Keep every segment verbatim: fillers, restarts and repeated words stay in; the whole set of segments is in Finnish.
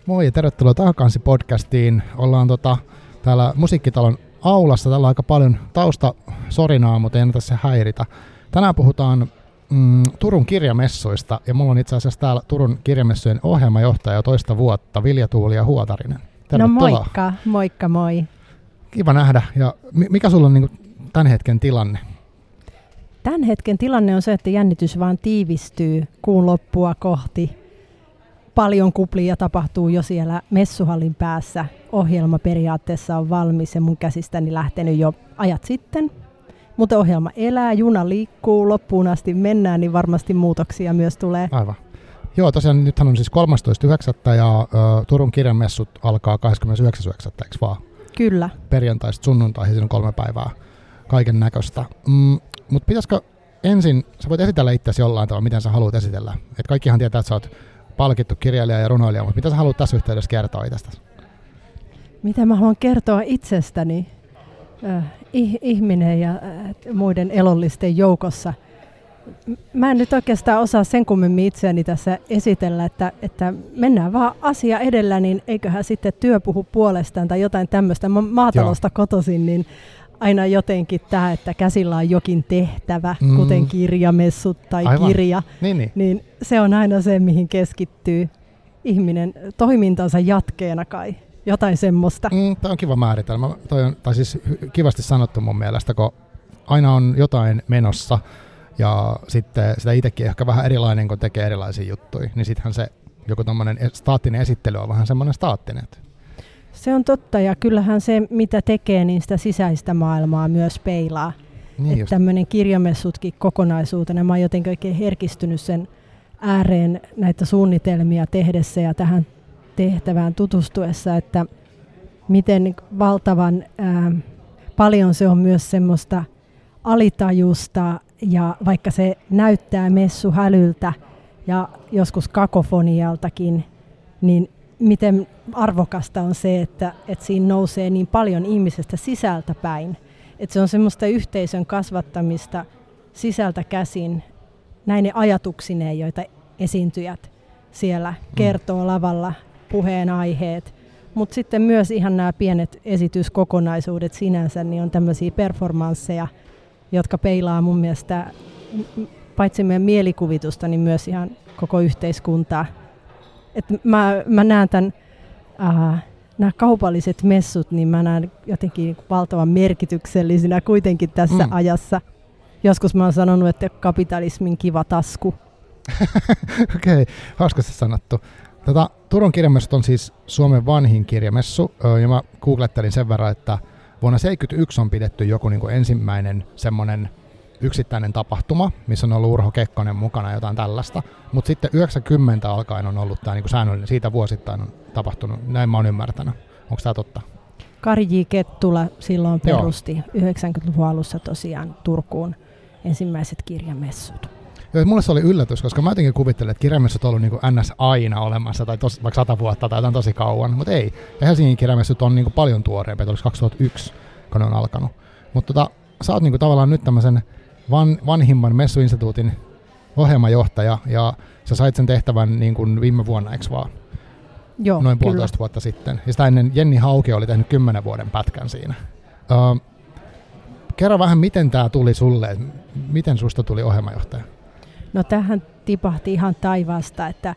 Moi ja tervetuloa Takakansi-podcastiin. Ollaan tota, täällä Musiikkitalon aulassa. Täällä on aika paljon taustasorinaa, mutta ei anneta se häiritä. Tänään puhutaan mm, Turun kirjamessuista ja mulla on itse asiassa täällä Turun kirjamessujen ohjelmajohtaja jo toista vuotta, Vilja-Tuulia Huotarinen. Tervetuloa. No moikka, moikka moi. Kiva nähdä. Ja mikä sulla on niin kuin tämän hetken tilanne? Tämän hetken tilanne on se, että jännitys vaan tiivistyy kuun loppua kohti. Paljon kuplia tapahtuu jo siellä messuhallin päässä. Ohjelma periaatteessa on valmis ja mun käsistäni lähtenyt jo ajat sitten. Mutta ohjelma elää, juna liikkuu, loppuun asti mennään, niin varmasti muutoksia myös tulee. Aivan. Joo, tosiaan nythän on siis kolmastoista yhdeksättä ja ö, Turun kirjamessut alkaa kahdeskymmenesyhdeksäs yhdeksättä eikö vaan? Kyllä. Perjantaista sunnuntaihin, siinä on kolme päivää kaiken näköistä. Mm, mutta pitäisikö ensin, sä voit esitellä itsesi jollain tavalla, miten sä haluat esitellä. Et kaikkihan tietää, että sä oot palkittu kirjailija ja runoilija, mutta mitä sä haluat tässä yhteydessä kertoa itsestäsi? Mitä mä haluan kertoa itsestäni? Äh, ihminen ja äh, muiden elollisten joukossa. Mä en nyt oikeastaan osaa sen kummemmin itseäni tässä esitellä, että, että mennään vaan asia edellä, niin eiköhän sitten työ puhu puolestaan tai jotain tämmöistä. Mä maatalosta Joo. kotoisin, niin aina jotenkin tämä, että käsillä on jokin tehtävä, mm. kuten kirjamessut tai Aivan. kirja, niin, niin. niin se on aina se, mihin keskittyy ihminen toimintansa jatkeena kai. Jotain semmoista. Mm, tämä on kiva määritelmä. Toi on, tai siis kivasti sanottu mun mielestä, kun aina on jotain menossa ja sitten sitä itsekin ehkä vähän erilainen, kun tekee erilaisia juttuja, niin sittenhän se joku tommoinen staattinen esittely on vähän semmoinen staattinen. Se on totta ja kyllähän se, mitä tekee, niin sitä sisäistä maailmaa myös peilaa. Niin tämmöinen kirjamessutkin kokonaisuutena. Mä oon jotenkin oikein herkistynyt sen ääreen näitä suunnitelmia tehdessä ja tähän tehtävään tutustuessa, että miten valtavan ää, paljon se on myös semmoista alitajusta ja vaikka se näyttää messuhälyltä ja joskus kakofonialtakin, niin miten arvokasta on se, että, että siinä nousee niin paljon ihmisestä sisältä päin. Että se on semmoista yhteisön kasvattamista sisältä käsin näine ajatuksineen, joita esiintyjät siellä kertoo lavalla, puheenaiheet. Mutta sitten myös ihan nämä pienet esityskokonaisuudet sinänsä, niin on tämmöisiä performansseja, jotka peilaa mun mielestä paitsi meidän mielikuvitusta, niin myös ihan koko yhteiskuntaa. Et mä, mä näen tämän, äh, nämä kaupalliset messut, niin mä näen jotenkin valtavan merkityksellisinä kuitenkin tässä mm. ajassa. Joskus mä oon sanonut, että kapitalismin kiva tasku. Okei, okay, hauskasti sanottu. Tätä Turun kirjamessut on siis Suomen vanhin kirjamessu, ja mä googlettelin sen verran, että vuonna seitsemänkymmentäyksi on pidetty joku niin kuin ensimmäinen semmoinen yksittäinen tapahtuma, missä on ollut Urho Kekkonen mukana, jotain tällaista. Mutta sitten yhdeksänkymmentä alkaen on ollut tämä niinku säännöllinen, siitä vuosittain on tapahtunut, näin mä oon ymmärtänyt. Onko tämä totta? Kari J. Kettula silloin perusti Joo. yhdeksänkymmentäluvun alussa tosiaan Turkuun ensimmäiset kirjamessut. Joo, mulle se oli yllätys, koska mä jotenkin kuvittelin, että kirjamessut on ollut niin kuin ns. Aina olemassa, tai tos, vaikka sata vuotta tai jotain tosi kauan, mutta ei. Ja Helsingin kirjamessut on niin kuin paljon tuoreempia, että olisi kaksituhattayksi, kun ne on alkanut. Mutta tota, sä oot niin kuin tavallaan nyt tämmöisen Van, vanhimman messuinstituutin ohjelmajohtaja, ja sä sait sen tehtävän niin kuin viime vuonna, eikö vaan? Joo, Noin puolitoista kyllä. vuotta sitten. Ja sitä ennen Jenni Hauki oli tehnyt kymmenen vuoden pätkän siinä. Uh, kerro vähän, miten tämä tuli sulle, miten susta tuli ohjelmajohtaja? No tähän tipahti ihan taivaasta, että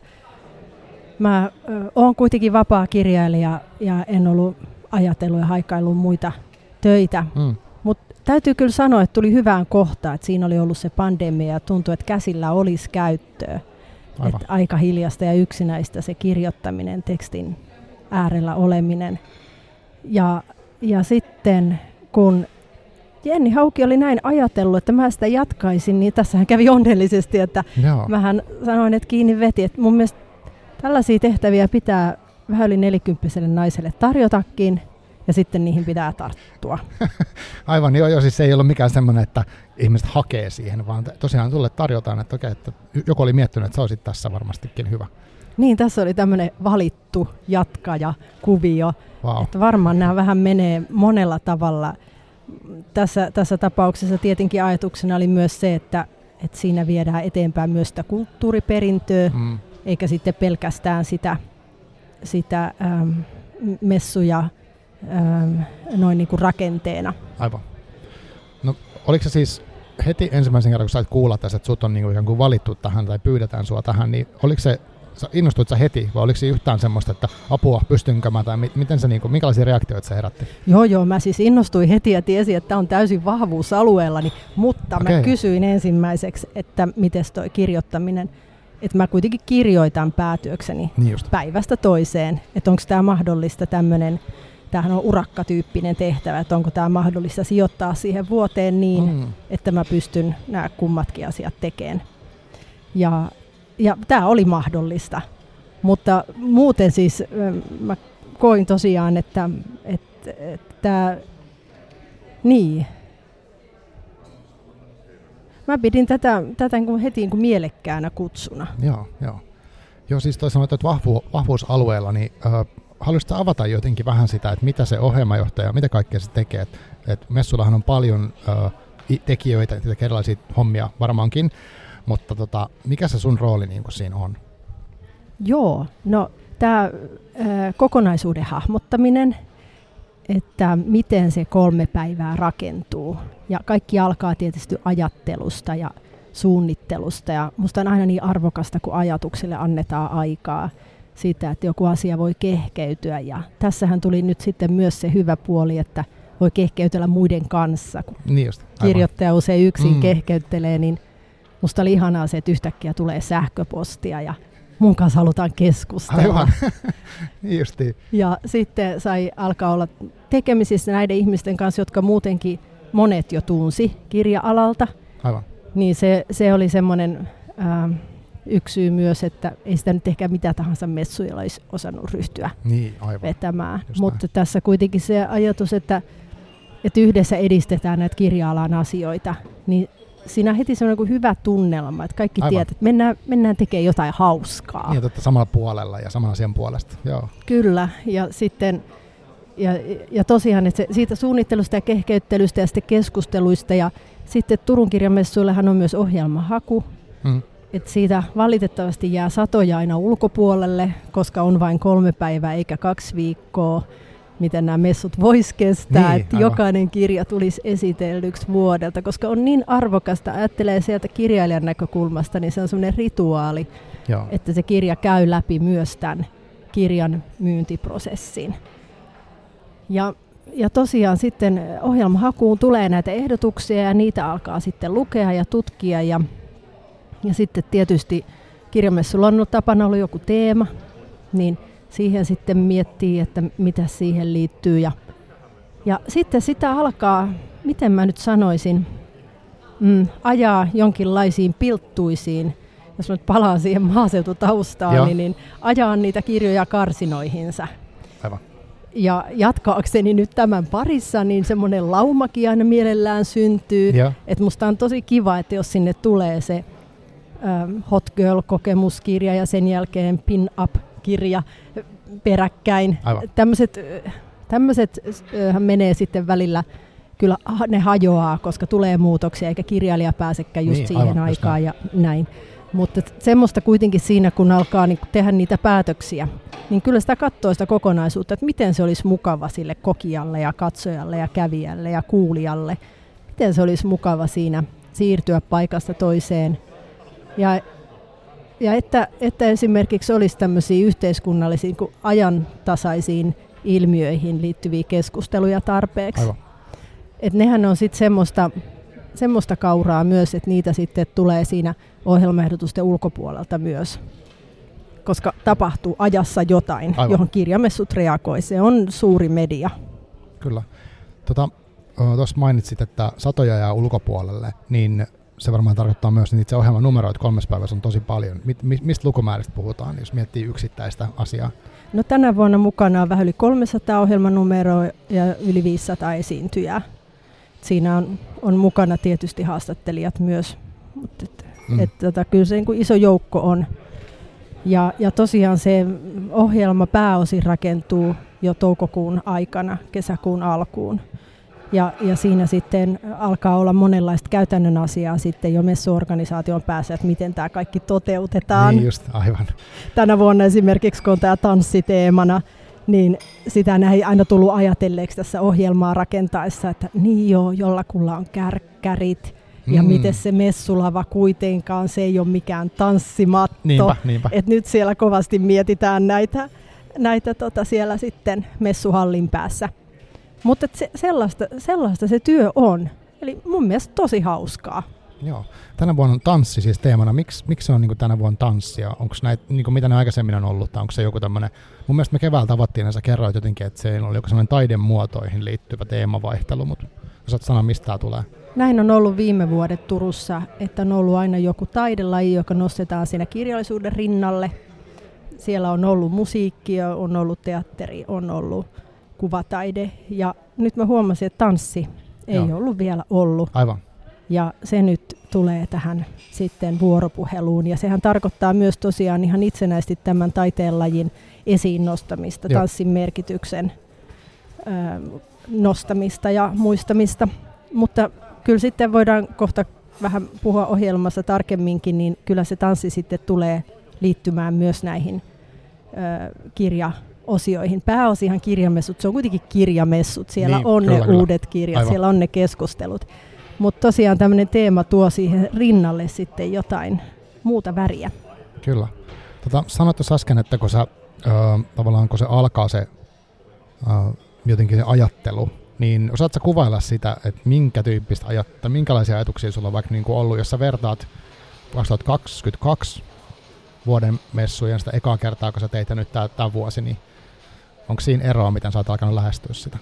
mä ö, oon kuitenkin vapaa kirjailija ja en ollut ajatellut ja haikaillut muita töitä. Mm. Mutta täytyy kyllä sanoa, että tuli hyvään kohtaan, että siinä oli ollut se pandemia ja tuntui, että käsillä olisi käyttöä. Että aika hiljasta ja yksinäistä se kirjoittaminen, tekstin äärellä oleminen. Ja, ja sitten kun Jenni Hauki oli näin ajatellut, että mä sitä jatkaisin, niin tässähän kävi onnellisesti, että Joo. mähän sanoin, että kiinni veti. Että mun mielestä tällaisia tehtäviä pitää vähän yli nelikymppiselle naiselle tarjotakin. Ja sitten niihin pitää tarttua. Aivan, joo, joo, siis se ei ollut mikään semmoinen, että ihmiset hakee siihen, vaan tosiaan sulle tarjotaan, että okei, että joku oli miettinyt, että sä olisit tässä varmastikin hyvä. Niin, tässä oli tämmöinen valittu jatkaja kuvio, wow. Että varmaan nämä vähän menee monella tavalla. Tässä, tässä tapauksessa tietenkin ajatuksena oli myös se, että, että siinä viedään eteenpäin myös sitä kulttuuriperintöä, mm. eikä sitten pelkästään sitä sitä ähm, messuja ähm, noin niin kuin rakenteena. Aivan. No oliko se siis heti ensimmäisen kerran, kun sait kuulla tässä, että sut on niin kuin ikään kuin valittu tähän tai pyydetään sua tähän, niin oliko se, innostuit sä heti vai oliko se yhtään semmoista, että apua, pystynkö mä tai miten se, niin kuin, minkälaisia reaktioita se herätti? Joo, joo, mä siis innostuin heti ja tiesin, että tämä on täysin vahvuusalueellani, mutta okay. Mä kysyin ensimmäiseksi, että miten toi kirjoittaminen, että mä kuitenkin kirjoitan päätyökseni niin päivästä toiseen, että onko tämä mahdollista tämmöinen, tämähän on urakkatyyppinen tehtävä, että onko tämä mahdollista sijoittaa siihen vuoteen niin, mm. että mä pystyn nämä kummatkin asiat tekemään. Ja, ja tämä oli mahdollista, mutta muuten siis mä koin tosiaan, että, että, että niin. Mä pidin tätä, tätä heti niin kuin mielekkäänä kutsuna. Joo, joo. Joo, siis toi sanoit, että vahvu, vahvuusalueella, niin äh, haluaisitko avata jotenkin vähän sitä, että mitä se ohjelmajohtaja, mitä kaikkea se tekee? Et, et messullahan on paljon äh, tekijöitä, erilaisia hommia varmaankin, mutta tota, mikä se sun rooli niin kuin siinä on? Joo, no tämä äh, kokonaisuuden hahmottaminen, että miten se kolme päivää rakentuu. Ja kaikki alkaa tietysti ajattelusta ja suunnittelusta. Ja musta on aina niin arvokasta, kun ajatuksille annetaan aikaa siitä, että joku asia voi kehkeytyä. Ja tässähän tuli nyt sitten myös se hyvä puoli, että voi kehkeytellä muiden kanssa. Kun niin just, kirjoittaja usein yksin mm. kehkeyttelee, niin musta oli ihanaa se, että yhtäkkiä tulee sähköpostia ja mun kanssa halutaan keskustella. Aivan, niin justiin. Ja sitten sai alkaa olla tekemisissä näiden ihmisten kanssa, jotka muutenkin monet jo tunsi kirja-alalta. Aivan. Niin se, se oli semmoinen äh, yksi syy myös, että ei sitä nyt ehkä mitä tahansa messuilla olisi osannut ryhtyä niin, aivan. vetämään. Mutta tässä kuitenkin se ajatus, että, että yhdessä edistetään näitä kirja-alan asioita, niin siinä on heti semmoinen hyvä tunnelma, että kaikki tietävät, että mennään, mennään tekemään jotain hauskaa. Niin, että samalla puolella ja saman asian puolesta. Joo. Kyllä, ja sitten ja, ja tosiaan että se, siitä suunnittelusta ja kehkeyttelystä ja sitten keskusteluista ja sitten Turun kirjamessuillehan on myös ohjelmahaku. Mm. Että siitä valitettavasti jää satoja aina ulkopuolelle, koska on vain kolme päivää eikä kaksi viikkoa, miten nämä messut vois kestää, niin, että jokainen kirja tulisi esitellyksi vuodelta, koska on niin arvokasta, ajattelee sieltä kirjailijan näkökulmasta, niin se on semmoinen rituaali, Joo. että se kirja käy läpi myös tämän kirjan myyntiprosessin. Ja, ja tosiaan sitten ohjelmahakuun tulee näitä ehdotuksia ja niitä alkaa sitten lukea ja tutkia ja, ja sitten tietysti kirjamessulla on tapana ollut joku teema, niin siihen sitten miettii, että mitä siihen liittyy. Ja, ja sitten sitä alkaa, miten mä nyt sanoisin, mm, ajaa jonkinlaisiin pilttuisiin, jos mä nyt palaan siihen maaseututaustaan, niin, niin ajaa niitä kirjoja karsinoihinsa. Aivan. Ja jatkaakseni nyt tämän parissa, niin semmoinen laumakin aina mielellään syntyy. Että musta on tosi kiva, että jos sinne tulee se ähm, Hot Girl-kokemuskirja ja sen jälkeen Pin-Up kirja peräkkäin. Tämmöiset, tämmöiset äh, menee sitten välillä, kyllä ne hajoaa, koska tulee muutoksia, eikä kirjailija pääsekään just niin, siihen aivan, aikaan ja näin. Mutta semmoista kuitenkin siinä, kun alkaa niin kun tehdä niitä päätöksiä, niin kyllä sitä katsoo sitä kokonaisuutta, että miten se olisi mukava sille kokijalle ja katsojalle ja kävijälle ja kuulijalle. Miten se olisi mukava siinä siirtyä paikasta toiseen. Ja Ja että, että esimerkiksi olisi tämmöisiä yhteiskunnallisiin kuin ajantasaisiin ilmiöihin liittyviä keskusteluja tarpeeksi. Aivan. Et nehän on sitten semmoista, semmoista kauraa myös, että niitä sitten tulee siinä ohjelmaehdotusten ulkopuolelta myös. Koska tapahtuu ajassa jotain, Aivan. johon kirjamessut reagoi. Se on suuri media. Kyllä. Tuossa tota, mainitsit, että satoja jää ulkopuolelle, niin se varmaan tarkoittaa myös, että itse ohjelman numeroita kolmes päivässä on tosi paljon. Mi- mistä lukumääristä puhutaan, jos miettii yksittäistä asiaa? No tänä vuonna mukana on vähän yli kolmesataa ohjelmanumeroa ja yli viisisataa esiintyjää. Siinä on, on mukana tietysti haastattelijat myös, mutta et, mm. et, tota, kyllä se niin kuin iso joukko on. Ja, ja tosiaan se ohjelma pääosin rakentuu jo toukokuun aikana, kesäkuun alkuun. Ja, ja siinä sitten alkaa olla monenlaista käytännön asiaa sitten jo messuorganisaation päässä, että miten tämä kaikki toteutetaan. Niin just, aivan. Tänä vuonna esimerkiksi, kun on tämä tanssiteemana, niin sitä ei aina tullut ajatelleeksi tässä ohjelmaa rakentaessa, että niin joo, jollakulla on kärkkärit, ja mm. miten se messulava kuitenkaan, se ei ole mikään tanssimatto. Niinpä, niinpä. Et nyt siellä kovasti mietitään näitä, näitä tota siellä sitten messuhallin päässä. Mutta se, sellaista, sellaista se työ on. Eli mun mielestä tosi hauskaa. Joo. Tänä vuonna on tanssi siis teemana. Miks, miksi se on niin tänä vuonna tanssia? Onko näitä, niin mitä ne aikaisemmin on ollut? Tai onko se joku tämmöinen? Mun mielestä me keväällä tavattiin ja sä kerroit jotenkin, että se oli joku semmoinen taidemuotoihin liittyvä teemavaihtelu. Mutta osaat sanoa, mistä tämä tulee? Näin on ollut viime vuodet Turussa, että on ollut aina joku taidelaji, joka nostetaan siinä kirjallisuuden rinnalle. Siellä on ollut musiikkia, on ollut teatteri, on ollut kuvataide. Ja nyt mä huomasin, että tanssi ei Joo. ollut vielä ollut. Aivan. Ja se nyt tulee tähän sitten vuoropuheluun. Ja sehän tarkoittaa myös tosiaan ihan itsenäisesti tämän taiteenlajin esiin nostamista, Joo. tanssin merkityksen ö, nostamista ja muistamista. Mutta kyllä sitten voidaan kohta vähän puhua ohjelmassa tarkemminkin, niin kyllä se tanssi sitten tulee liittymään myös näihin ö, kirjaosioihin. Pääosihan kirjamessut, se on kuitenkin kirjamessut. Siellä niin, on kyllä, ne kyllä. uudet kirjat, Aivan. siellä on ne keskustelut. Mutta tosiaan tämmöinen teema tuo siihen rinnalle sitten jotain muuta väriä. Kyllä. Tota, sanoit tuossa äsken, että kun, sä, ö, tavallaan, kun se alkaa se ö, jotenkin se ajattelu, niin osaatko kuvailla sitä, että minkä tyyppistä ajattelua, minkälaisia ajatuksia sulla on vaikka niin kuin ollut, jos sä vertaat kaksituhattakaksikymmentäkaksi vuoden messuja sitä ekaa kertaa, kun sä teit nyt tämä vuosi, niin onko siinä eroa, miten sä oot alkanut lähestyä sitä?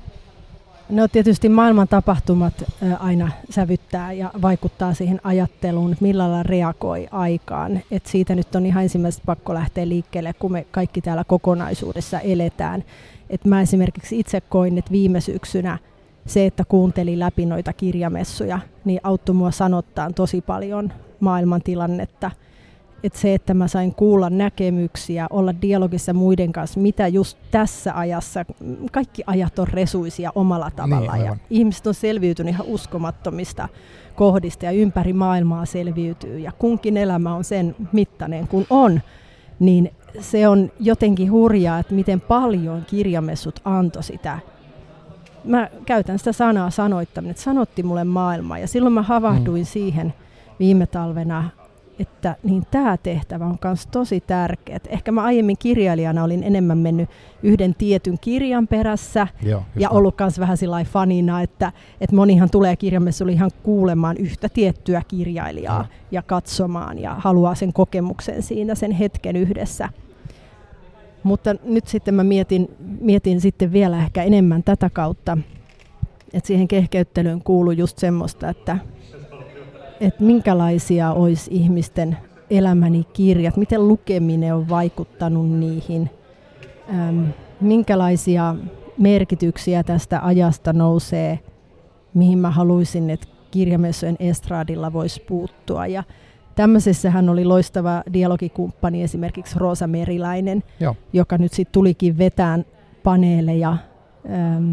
No tietysti maailman tapahtumat aina sävyttää ja vaikuttaa siihen ajatteluun, millä lailla reagoi aikaan. Et siitä nyt on ihan ensimmäisestä pakko lähteä liikkeelle, kun me kaikki täällä kokonaisuudessa eletään. Et mä esimerkiksi itse koin, että viime syksynä se, että kuuntelin läpi noita kirjamessuja, niin auttoi mua sanottaan tosi paljon maailmantilannetta. Et se, että mä sain kuulla näkemyksiä, olla dialogissa muiden kanssa, mitä just tässä ajassa, kaikki ajat on resuisia omalla tavalla. Niin, ja ihmiset on selviytynyt ihan uskomattomista kohdista ja ympäri maailmaa selviytyy. Ja kunkin elämä on sen mittainen kuin on, niin se on jotenkin hurjaa, että miten paljon kirjamessut antoi sitä. Mä käytän sitä sanaa sanoittaminen, että sanotti mulle maailmaa. Ja silloin mä havahduin mm. siihen viime talvena, että niin tämä tehtävä on myös tosi tärkeä. Ehkä mä aiemmin kirjailijana olin enemmän mennyt yhden tietyn kirjan perässä Joo, ja ollut myös vähän sillä lailla fanina, että, että monihan tulee kirjamessuille ihan kuulemaan yhtä tiettyä kirjailijaa ja. ja katsomaan ja haluaa sen kokemuksen siinä, sen hetken yhdessä. Mutta nyt sitten mä mietin, mietin sitten vielä ehkä enemmän tätä kautta, että siihen kehkeyttelyyn kuuluu just semmoista, että että minkälaisia olisi ihmisten elämäni kirjat, miten lukeminen on vaikuttanut niihin, ähm, minkälaisia merkityksiä tästä ajasta nousee, mihin mä haluaisin, että kirjamessujen estraadilla voisi puuttua. Ja tämmöisessähän oli loistava dialogikumppani esimerkiksi Roosa Meriläinen, Joo. joka nyt sitten tulikin vetään paneeleja ähm,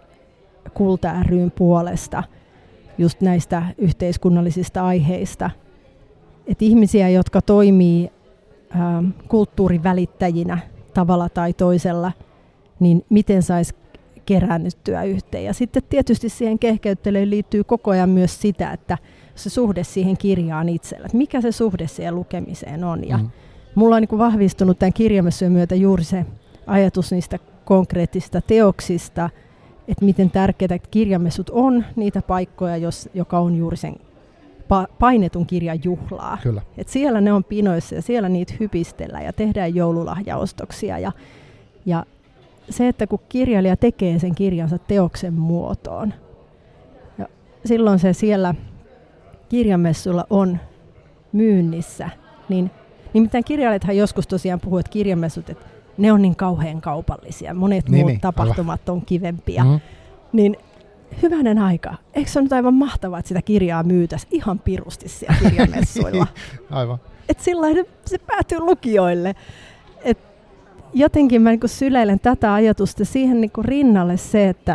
Kulta ry:n puolesta. Just näistä yhteiskunnallisista aiheista. Et ihmisiä, jotka toimii ä, kulttuurin välittäjinä tavalla tai toisella, niin miten saisi keräännyttyä yhteen. Ja sitten tietysti siihen kehkeyttelyyn liittyy koko ajan myös sitä, että se suhde siihen kirjaan itsellä. Että mikä se suhde siihen lukemiseen on. Ja mm. mulla on niin kuin vahvistunut tämän kirjamessujen myötä juuri se ajatus niistä konkreettisista teoksista, että miten tärkeää kirjamessut on niitä paikkoja, jos, joka on juuri sen pa- painetun kirjan juhlaa. Kyllä. Et siellä ne on pinoissa ja siellä niitä hypistellään ja tehdään joululahjaostoksia. Ja, ja se, että kun kirjailija tekee sen kirjansa teoksen muotoon, ja silloin se siellä kirjamessulla on myynnissä, niin nimittäin kirjailijathan joskus tosiaan puhuu, että kirjamessut, että ne on niin kauhean kaupallisia. Monet niin, muut niin, tapahtumat aivan. on kivempiä. Mm-hmm. Niin hyvänen aika. Eikö se ole nyt aivan mahtavaa, että sitä kirjaa myytäisi ihan pirusti siellä kirjamessuilla? Aivan. Että sillain se päätyy lukijoille. Et jotenkin mä niin syleilen tätä ajatusta siihen niin rinnalle se, että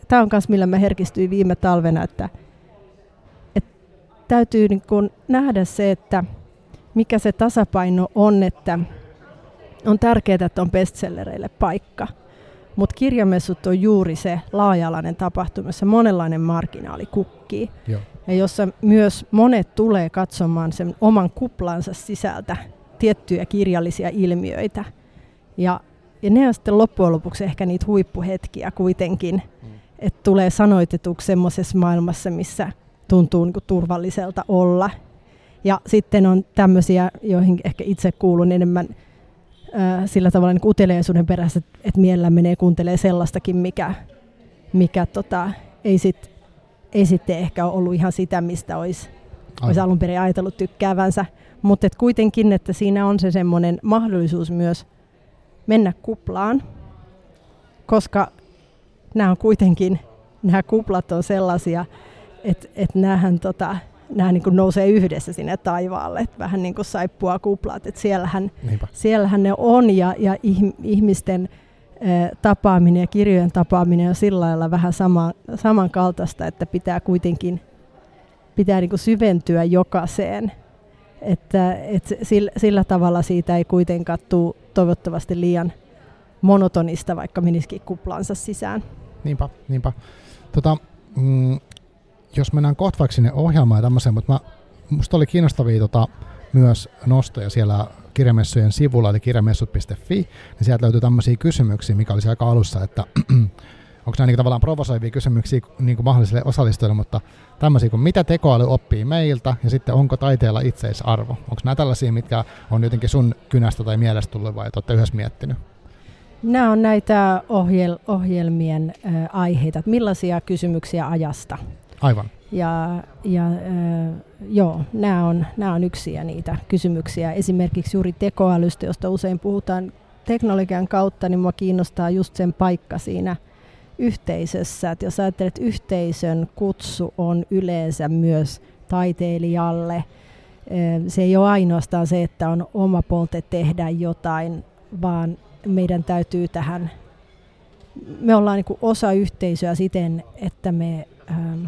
tämä on myös millä mä herkistyin viime talvena, että, että täytyy niin kuin nähdä se, että mikä se tasapaino on, että on tärkeää, että on bestsellereille paikka. Mutta kirjamessut on juuri se laaja-alainen tapahtuma, jossa monenlainen marginaali kukkii. Joo. Ja jossa myös monet tulee katsomaan sen oman kuplansa sisältä tiettyjä kirjallisia ilmiöitä. Ja, ja ne on sitten loppujen lopuksi ehkä niitä huippuhetkiä kuitenkin, mm. että tulee sanoitetuksi semmoisessa maailmassa, missä tuntuu niin kuin turvalliselta olla. Ja sitten on tämmöisiä, joihin ehkä itse kuulun enemmän äh, sillä tavalla niin uteliaisuuden perässä, että mielellään menee kuuntelee sellaistakin, mikä, mikä tota, ei sitten ei sitten ehkä ole ollut ihan sitä, mistä olisi, olisi alun perin ajatellut tykkäävänsä. Mutta kuitenkin, että siinä on se semmoinen mahdollisuus myös mennä kuplaan, koska nämä on kuitenkin, nämä kuplat on sellaisia, että, että näähän tota, nämä niin kuin nousee yhdessä sinne taivaalle, että vähän niin kuin saippua kuplat, että siellähän, siellähän ne on ja, ja ihmisten eh, tapaaminen ja kirjojen tapaaminen on sillä lailla vähän sama, samankaltaista, että pitää kuitenkin pitää niin kuin syventyä jokaiseen, että, että sillä, sillä tavalla siitä ei kuitenkaan tule toivottavasti liian monotonista, vaikka menisikin kuplansa sisään. Niinpä, niinpä. Tota, mm, jos mennään kohta vaikka sinne ohjelmaan ja tämmöiseen, mutta mä, musta oli kiinnostavia tota, myös nostoja siellä kirjamessujen sivulla, eli kirjamessut piste fi, niin sieltä löytyy tämmöisiä kysymyksiä, mikä oli aika alussa, että onko nämä niin tavallaan provosoivia kysymyksiä niin kuin mahdollisille osallistujille, mutta tämmöisiä kuin mitä tekoäly oppii meiltä ja sitten onko taiteella itseisarvo? Onko nämä tällaisia, mitkä on jotenkin sun kynästä tai mielestä tullut vai olette yhdessä miettinyt? Nämä on näitä ohjel- ohjelmien äh, aiheita, että millaisia kysymyksiä ajasta. Aivan. Ja, ja äh, joo, nämä on, nämä on yksiä niitä kysymyksiä. Esimerkiksi juuri tekoälystä, josta usein puhutaan teknologian kautta, niin minua kiinnostaa just sen paikka siinä yhteisössä. Että jos ajattelet, että yhteisön kutsu on yleensä myös taiteilijalle, se ei ole ainoastaan se, että on oma polte tehdä jotain, vaan meidän täytyy tähän, me ollaan niin kuin osa yhteisöä siten, että me ähm,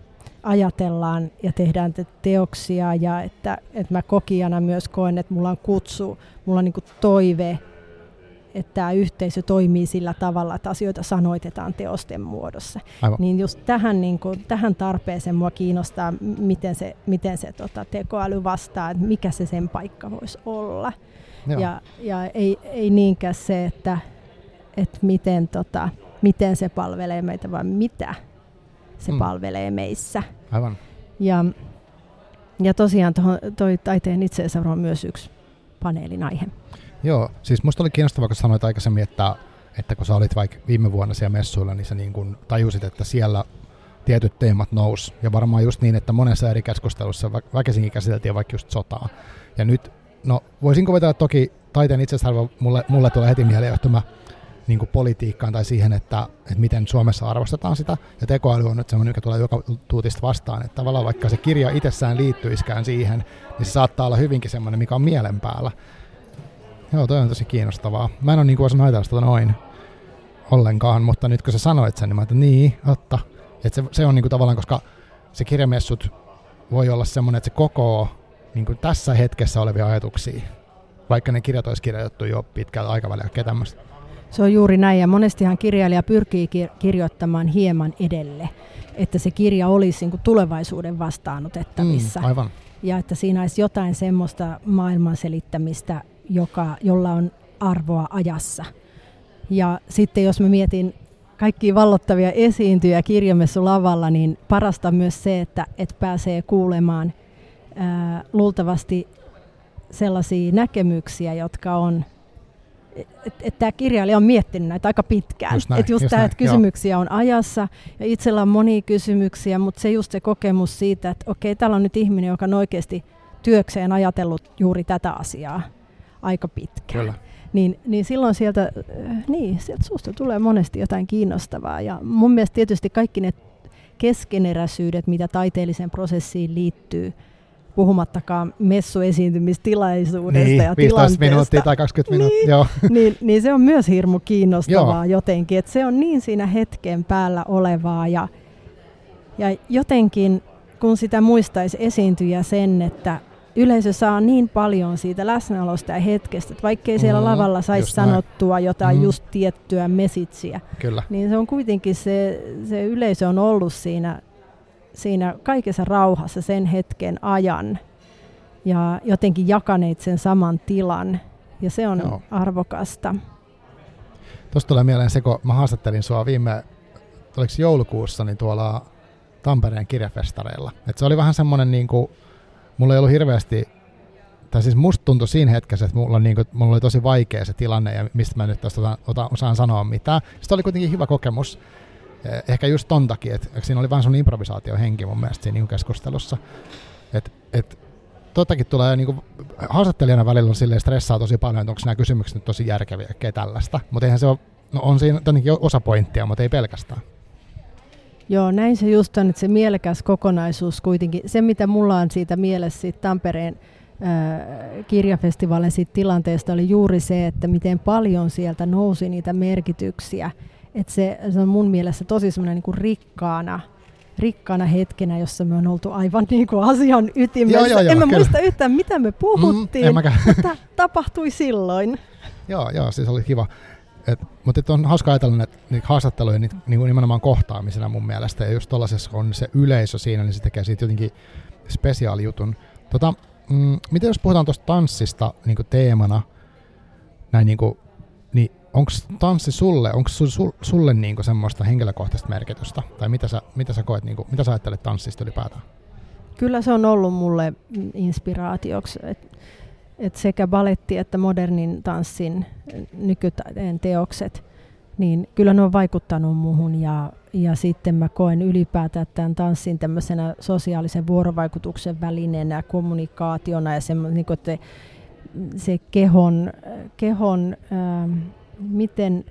ajatellaan ja tehdään te- teoksia ja että, että mä kokijana myös koen, että mulla on kutsu, mulla on niin kuin toive, että tämä yhteisö toimii sillä tavalla, että asioita sanoitetaan teosten muodossa. Aivan. Niin just tähän, niin kuin, tähän tarpeeseen mua kiinnostaa, miten se, miten se tota, tekoäly vastaa, että mikä se sen paikka voisi olla. Ja, ja ei, ei niinkään se, että, että miten, tota, miten se palvelee meitä, vaan mitä se mm. palvelee meissä. Aivan. Ja, ja tosiaan tohon, toi taiteen itseisarvo on myös yksi paneelin aihe. Joo, siis musta oli kiinnostavaa, kun sanoit aikaisemmin, että, että kun sä olit vaikka viime vuonna siellä messuilla, niin sä niin kun tajusit, että siellä tietyt teemat nousi. Ja varmaan just niin, että monessa eri keskustelussa vä- väkisinkin käsiteltiin vaikka just sotaa. Ja nyt, no voisin kuvitella, että toki taiteen itseisarvo mulle, mulle tulee heti mieleen johtama niin kuin politiikkaan tai siihen, että, että miten Suomessa arvostetaan sitä. Ja tekoäly on nyt semmoinen, joka tulee joka tuutista vastaan. Että tavallaan vaikka se kirja itsessään liittyiskään siihen, niin se saattaa olla hyvinkin semmoinen, mikä on mielen päällä. Joo, toi on tosi kiinnostavaa. Mä en ole niin kuin osannut ajatella sitä noin ollenkaan, mutta nyt kun sä sanoit sen, niin mä ajattelin, niin, otta. Että se, se on niin kuin tavallaan, koska se kirjamessut voi olla semmoinen, että se kokoo niin kuin tässä hetkessä olevia ajatuksia, vaikka ne kirjat olisi kirjoitettu jo pitkällä aikavälillä kaikkea tämmöistä. Se on juuri näin, ja monestihan kirjailija pyrkii kir- kirjoittamaan hieman edelle, että se kirja olisi niin kuin tulevaisuuden vastaanotettavissa. Mm, aivan. Ja että siinä olisi jotain semmoista maailman selittämistä, joka, jolla on arvoa ajassa. Ja sitten jos mä mietin kaikkia vallottavia esiintyjä kirjamessulavalla, niin parasta myös se, että et pääsee kuulemaan ää, luultavasti sellaisia näkemyksiä, jotka on, että et tämä kirjailija on miettinyt näitä aika pitkään. Just näin, että just, just tämä, että kysymyksiä joo. on ajassa ja itsellä on monia kysymyksiä, mutta se just se kokemus siitä, että okei, täällä on nyt ihminen, joka on oikeasti työkseen ajatellut juuri tätä asiaa aika pitkään. Kyllä. Niin, niin silloin sieltä, niin, sieltä suusta tulee monesti jotain kiinnostavaa. Ja mun mielestä tietysti kaikki ne keskeneräisyydet, mitä taiteelliseen prosessiin liittyy, puhumattakaan messuesiintymistilaisuudesta niin, ja viisitoista tilanteesta. minuuttia tai kaksikymmentä minuuttia, niin, joo. niin, niin se on myös hirmu kiinnostavaa joo. jotenkin, että se on niin siinä hetken päällä olevaa ja, ja jotenkin kun sitä muistaisi esiintyjä sen, että yleisö saa niin paljon siitä läsnäolosta ja hetkestä, että vaikkei siellä mm, lavalla saisi sanottua näin. jotain mm. just tiettyä messitsiä, Kyllä. niin se on kuitenkin se, se yleisö on ollut siinä, siinä kaikessa rauhassa sen hetken ajan ja jotenkin jakaneet sen saman tilan ja se on Joo. arvokasta. Tuosta tulee mieleen se, kun mä haastattelin sua viime, oliko joulukuussa, niin tuolla Tampereen kirjafestareilla. Et se oli vähän semmoinen, niin kuin, mulla ei ollut hirveästi, tai siis musta tuntui siinä hetkessä, että mulla, niin kuin, mulla oli tosi vaikea se tilanne, ja mistä mä nyt tästä osaan, osaan sanoa mitään. Sitten oli kuitenkin hyvä kokemus, ehkä just ton takia, että siinä oli vähän semmoinen improvisaatiohenki mun mielestä siinä niin keskustelussa. Että et, tottakin tulee, niin kuin, haastattelijana välillä on silleen stressaa tosi paljon, että onko nämä kysymykset nyt tosi järkeviä, ja tällaista. Mutta eihän se ole, no on siinä tietenkin osa pointtia, mutta ei pelkästään. Joo, näin se just on, että se mielekäs kokonaisuus kuitenkin, se mitä mulla on siitä mielessä siitä Tampereen ää, kirjafestivaalin siitä tilanteesta oli juuri se, että miten paljon sieltä nousi niitä merkityksiä. Että se, se on mun mielestä tosi semmoinen niin kuin rikkaana, rikkaana hetkenä, jossa me on oltu aivan niin kuin asian ytimessä. Joo, joo, joo, en mä kyllä. muista yhtään, mitä me puhuttiin, mm, mutta tapahtui silloin. Joo, joo, siis oli kiva. Et, mutta et on hauska ajatella, että niitä haastatteluja niitä, niin nimenomaan kohtaamisena mun mielestä, ja just tuollaisessa, kun on se yleisö siinä, niin se tekee siitä jotenkin spesiaalijutun. Tota, mm, miten jos puhutaan tuosta tanssista niin kuin teemana, näin niin kuin, niin onko tanssi sulle, onko su, su, sulle niin kuin semmoista henkilökohtaista merkitystä, tai mitä sä, mitä sä koet, niin kuin, mitä sä ajattelet tanssista ylipäätään? Kyllä se on ollut mulle inspiraatioksi, että Et sekä baletti että modernin tanssin nykytaiteen teokset, niin kyllä ne on vaikuttanut muhun ja, ja sitten mä koen ylipäätään tämän tanssin tämmöisenä sosiaalisen vuorovaikutuksen välineenä, kommunikaationa ja semmoinen, niin että se kehon, kehon ää, miten,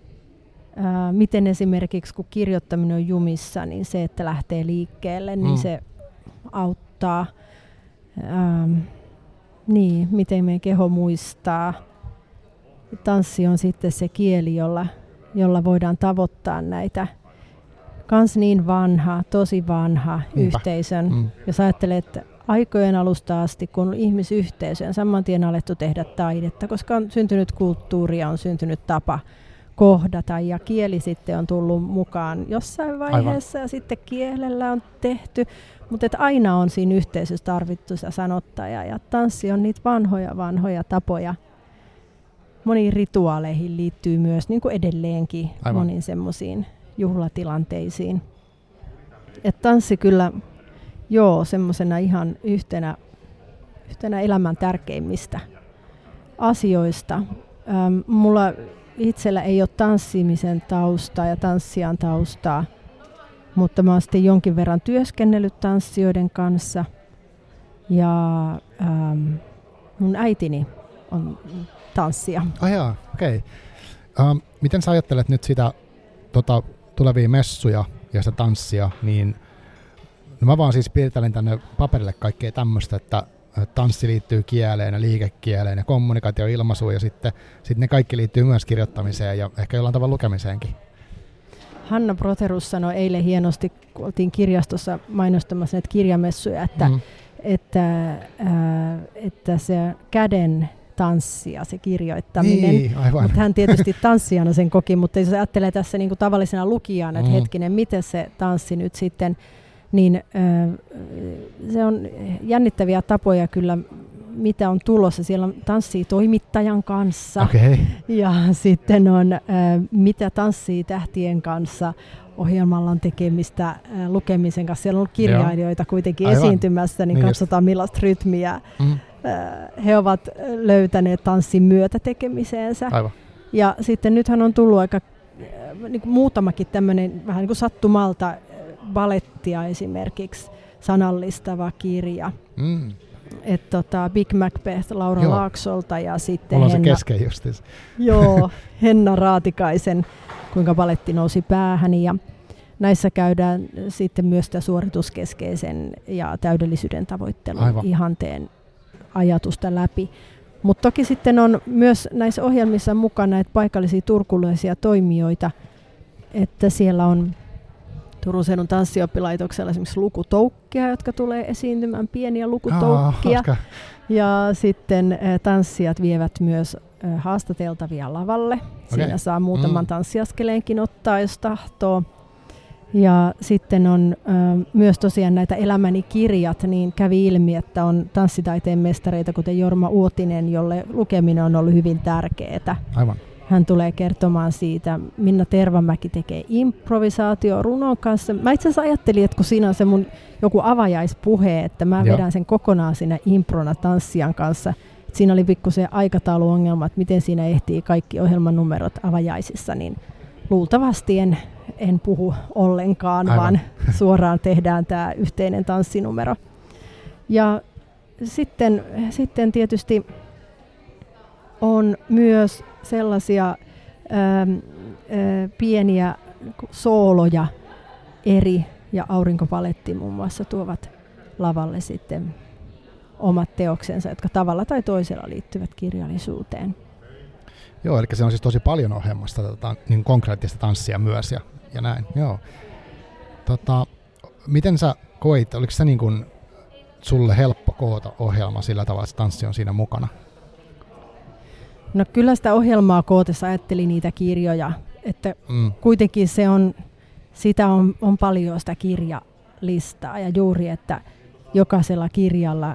ää, miten esimerkiksi kun kirjoittaminen on jumissa, niin se, että lähtee liikkeelle, niin mm. se auttaa. Ää, Niin, miten meidän keho muistaa. Tanssi on sitten se kieli, jolla, jolla voidaan tavoittaa näitä. Kans niin vanha, tosi vanha Niinpä. yhteisön. Mm. Jos ajattelee, että aikojen alusta asti, kun on ihmisyhteisö, on saman tien alettu tehdä taidetta, koska on syntynyt kulttuuria, on syntynyt tapa kohdata ja kieli sitten on tullut mukaan jossain vaiheessa Aivan. ja sitten kielellä on tehty. Mutta aina on siinä yhteisössä tarvittu se sanottaja ja tanssi on niitä vanhoja vanhoja tapoja. Moniin rituaaleihin liittyy myös niin kuin edelleenkin Aivan. moniin semmoisiin juhlatilanteisiin. Et tanssi kyllä joo semmoisena ihan yhtenä, yhtenä elämän tärkeimmistä asioista. Ähm, mulla itsellä ei ole tanssimisen taustaa ja tanssijan taustaa. Mutta mä oon sitten jonkin verran työskennellyt tanssijoiden kanssa ja ähm, mun äitini on tanssija. Ah jaa, okei. Okay. Um, miten sä ajattelet nyt sitä tota, tulevia messuja ja sitä tanssia, niin no mä vaan siis piirtelen tänne paperille kaikkea tämmöistä, että tanssi liittyy kieleen ja liikekieleen ja kommunikaatio ilmaisuun ja sitten sit ne kaikki liittyy myös kirjoittamiseen ja ehkä jollain tavalla lukemiseenkin. Hanna Proterus sanoi eilen hienosti, kun oltiin kirjastossa mainostamassa näitä kirjamessuja, että, mm. että, äh, että se käden tanssi ja se kirjoittaminen. Niin, mutta hän tietysti tanssijana sen koki, mutta jos ajattelee tässä niin kuin tavallisena lukijana, että mm. hetkinen, miten se tanssi nyt sitten, niin äh, se on jännittäviä tapoja kyllä, mitä on tulossa. Siellä on tanssii toimittajan kanssa okay. ja sitten on äh, mitä tanssii tähtien kanssa. Ohjelmalla on tekemistä äh, lukemisen kanssa. Siellä on ollut kirjailijoita Joo. kuitenkin Aivan. esiintymässä, niin, niin katsotaan just. millaista rytmiä mm. äh, he ovat löytäneet tanssin myötä tekemiseensä. Aivan. Ja sitten nythän on tullut aika äh, niin kuin muutamakin tämmöinen vähän niin kuin sattumalta äh, balettia esimerkiksi sanallistava kirja. Mm. Et tota, Big Macbeth Laura Joo. Laaksolta ja sitten Mulla on Henna, se kesken joo, Henna Raatikaisen, kuinka baletti nousi päähän. Ja näissä käydään sitten myös sitä suorituskeskeisen ja täydellisyyden tavoittelun Aivan. ihanteen ajatusta läpi. Mutta toki sitten on myös näissä ohjelmissa mukana näitä paikallisia turkulaisia toimijoita, että siellä on Turun seudun tanssioppilaitoksella esimerkiksi lukutoukkia, jotka tulee esiintymään, pieniä lukutoukkia. Oh, ja sitten äh, tanssijat vievät myös äh, haastateltavia lavalle. Okay. Siinä saa muutaman mm. tanssiaskeleenkin ottaa, jos tahtoo. Ja sitten on äh, myös tosiaan näitä Elämäni kirjat, niin kävi ilmi, että on tanssitaiteen mestareita, kuten Jorma Uotinen, jolle lukeminen on ollut hyvin tärkeää. Aivan. Hän tulee kertomaan siitä. Minna Tervamäki tekee improvisaatio runon kanssa. Mä itse asiassa ajattelin, että kun siinä on se mun joku avajaispuhe, että mä Joo. vedän sen kokonaan siinä improna tanssijan kanssa. Et siinä oli pikkusen aikatauluongelma, että miten siinä ehtii kaikki ohjelmanumerot avajaisissa, niin luultavasti en, en puhu ollenkaan, Aivan. vaan suoraan tehdään tämä yhteinen tanssinumero. Ja sitten, sitten tietysti on myös sellaisia ää, ää, pieniä sooloja eri, ja Aurinkopaletti muun muassa tuovat lavalle sitten omat teoksensa, jotka tavalla tai toisella liittyvät kirjallisuuteen. Joo, eli se on siis tosi paljon ohjelmasta tota, niin konkreettista tanssia myös ja, ja näin. Joo. Tota, miten sä koit, oliko se niin kuin sulle helppo koota ohjelma sillä tavalla, että tanssi on siinä mukana? No kyllä sitä ohjelmaa kootessa ajattelin niitä kirjoja, että mm. kuitenkin se on, sitä on, on paljon sitä kirjalistaa ja juuri, että jokaisella kirjalla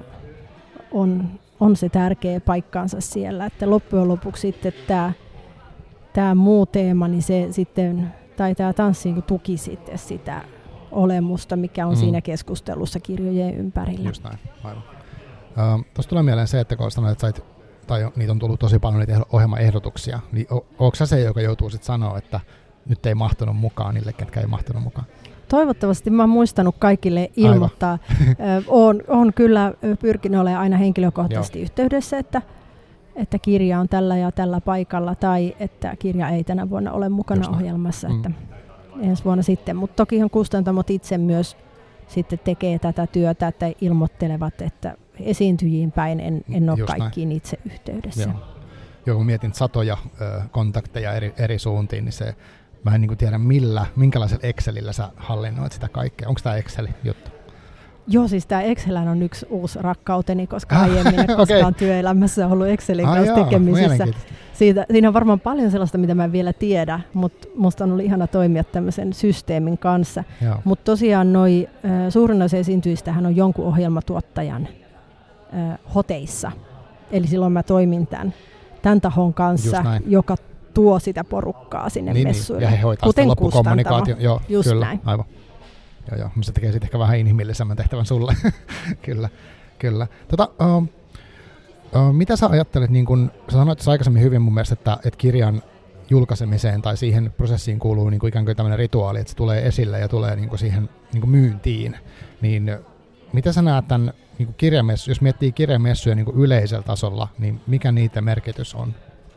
on, on se tärkeä paikkaansa siellä, että loppujen lopuksi sitten tämä, tämä muu teema, niin se sitten, tai tämä tanssi niin tuki sitten sitä olemusta, mikä on mm. siinä keskustelussa kirjojen ympärillä. Just näin, aivan. Ö, Tuossa tulee mieleen se, että kun sanoit, että sait tai niitä on tullut tosi paljon niitä ohjelmaehdotuksia, niin onko sä se, joka joutuu sitten sanoa, että nyt ei mahtunut mukaan niille, ketkä ei mahtunut mukaan? Toivottavasti mä oon muistanut kaikille ilmoittaa. Oon, oon kyllä pyrkinyt olemaan aina henkilökohtaisesti Joo. yhteydessä, että, että kirja on tällä ja tällä paikalla, tai että kirja ei tänä vuonna ole mukana Just ohjelmassa, mm. että ensi vuonna sitten. Mutta tokihan kustantamot itse myös sitten tekee tätä työtä, että ilmoittelevat, että esiintyjiin päin en, en ole Just kaikkiin näin. Itse yhteydessä. Joo. Joo, kun mietin satoja ö, kontakteja eri, eri suuntiin, niin se, mä en niin kuin tiedä millä, minkälaisella Excelillä sä hallinnoit sitä kaikkea. Onko tämä Excel-juttu? Joo, siis tämä Excel on yksi uusi rakkauteni, koska aiemmin en koskaan okay. työelämässä ollut Excelin ah, kanssa joo, tekemisissä. Siitä, siinä on varmaan paljon sellaista, mitä mä en vielä tiedä, mutta musta on ollut ihana toimia tämmöisen systeemin kanssa. Mutta tosiaan noi, äh, suurin osa esiintyjistähän on jonkun ohjelmatuottajan äh, hoteissa. Eli silloin mä toimin tämän, tämän tahon kanssa, joka tuo sitä porukkaa sinne niin, messuille. Ja he hoitaa sitä loppukommunikaation. Joo, Just kyllä, näin. Aivan. Joo, joo. Se tekee siitä ehkä vähän inhimillisemmän tehtävän sulle. kyllä, kyllä. Tota, uh, uh, mitä sä ajattelet, niin kun sä sanoit aikaisemmin hyvin mun mielestä, että, että kirjan julkaisemiseen tai siihen prosessiin kuuluu niin kuin ikään kuin tämmöinen rituaali, että se tulee esille ja tulee niin kuin siihen niin kuin myyntiin. Niin mitä sä näet tämän niin kuin kirjamessu, jos miettii kirjamessuja niin kuin yleisellä tasolla, niin mikä niiden merkitys on?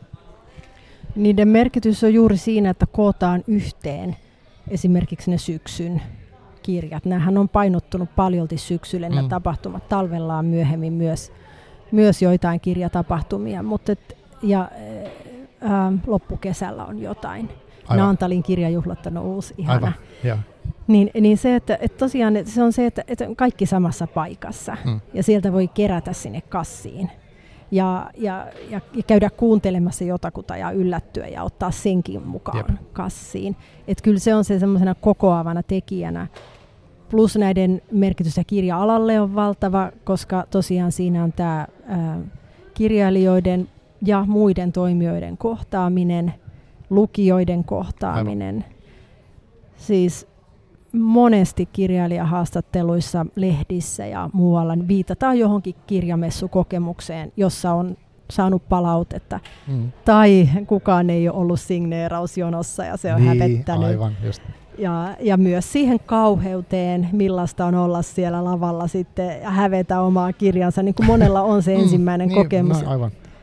Niiden merkitys on juuri siinä, että kootaan yhteen esimerkiksi ne syksyn kirjat. Nämähän on painottunut paljolti syksylle mm. nämä tapahtumat. Talvella on myöhemmin myös, myös joitain kirjatapahtumia, mutta et, ja ää, loppukesällä on jotain. Aivan. Naantalin kirjajuhlat on uusi ihana. Niin, niin se, että, että tosiaan että se on se, että, että kaikki samassa paikassa mm. ja sieltä voi kerätä sinne kassiin. Ja, ja, ja, ja käydä kuuntelemassa jotakuta ja yllättyä ja ottaa senkin mukaan Jep. kassiin. Että kyllä se on se semmoisena kokoavana tekijänä. Plus näiden merkitys ja kirja-alalle on valtava, koska tosiaan siinä on tämä ää, kirjailijoiden ja muiden toimijoiden kohtaaminen, lukijoiden kohtaaminen. Aivan. Siis monesti kirjailijahaastatteluissa, lehdissä ja muualla niin viitataan johonkin kirjamessukokemukseen, jossa on saanut palautetta. Mm. Tai kukaan ei ole ollut signeerausjonossa ja se on niin, hävettänyt. Aivan, just. Ja, ja myös siihen kauheuteen, millaista on olla siellä lavalla sitten ja hävetä omaa kirjansa, niin kuin monella on se ensimmäinen mm, kokemus. Niin, no, aivan.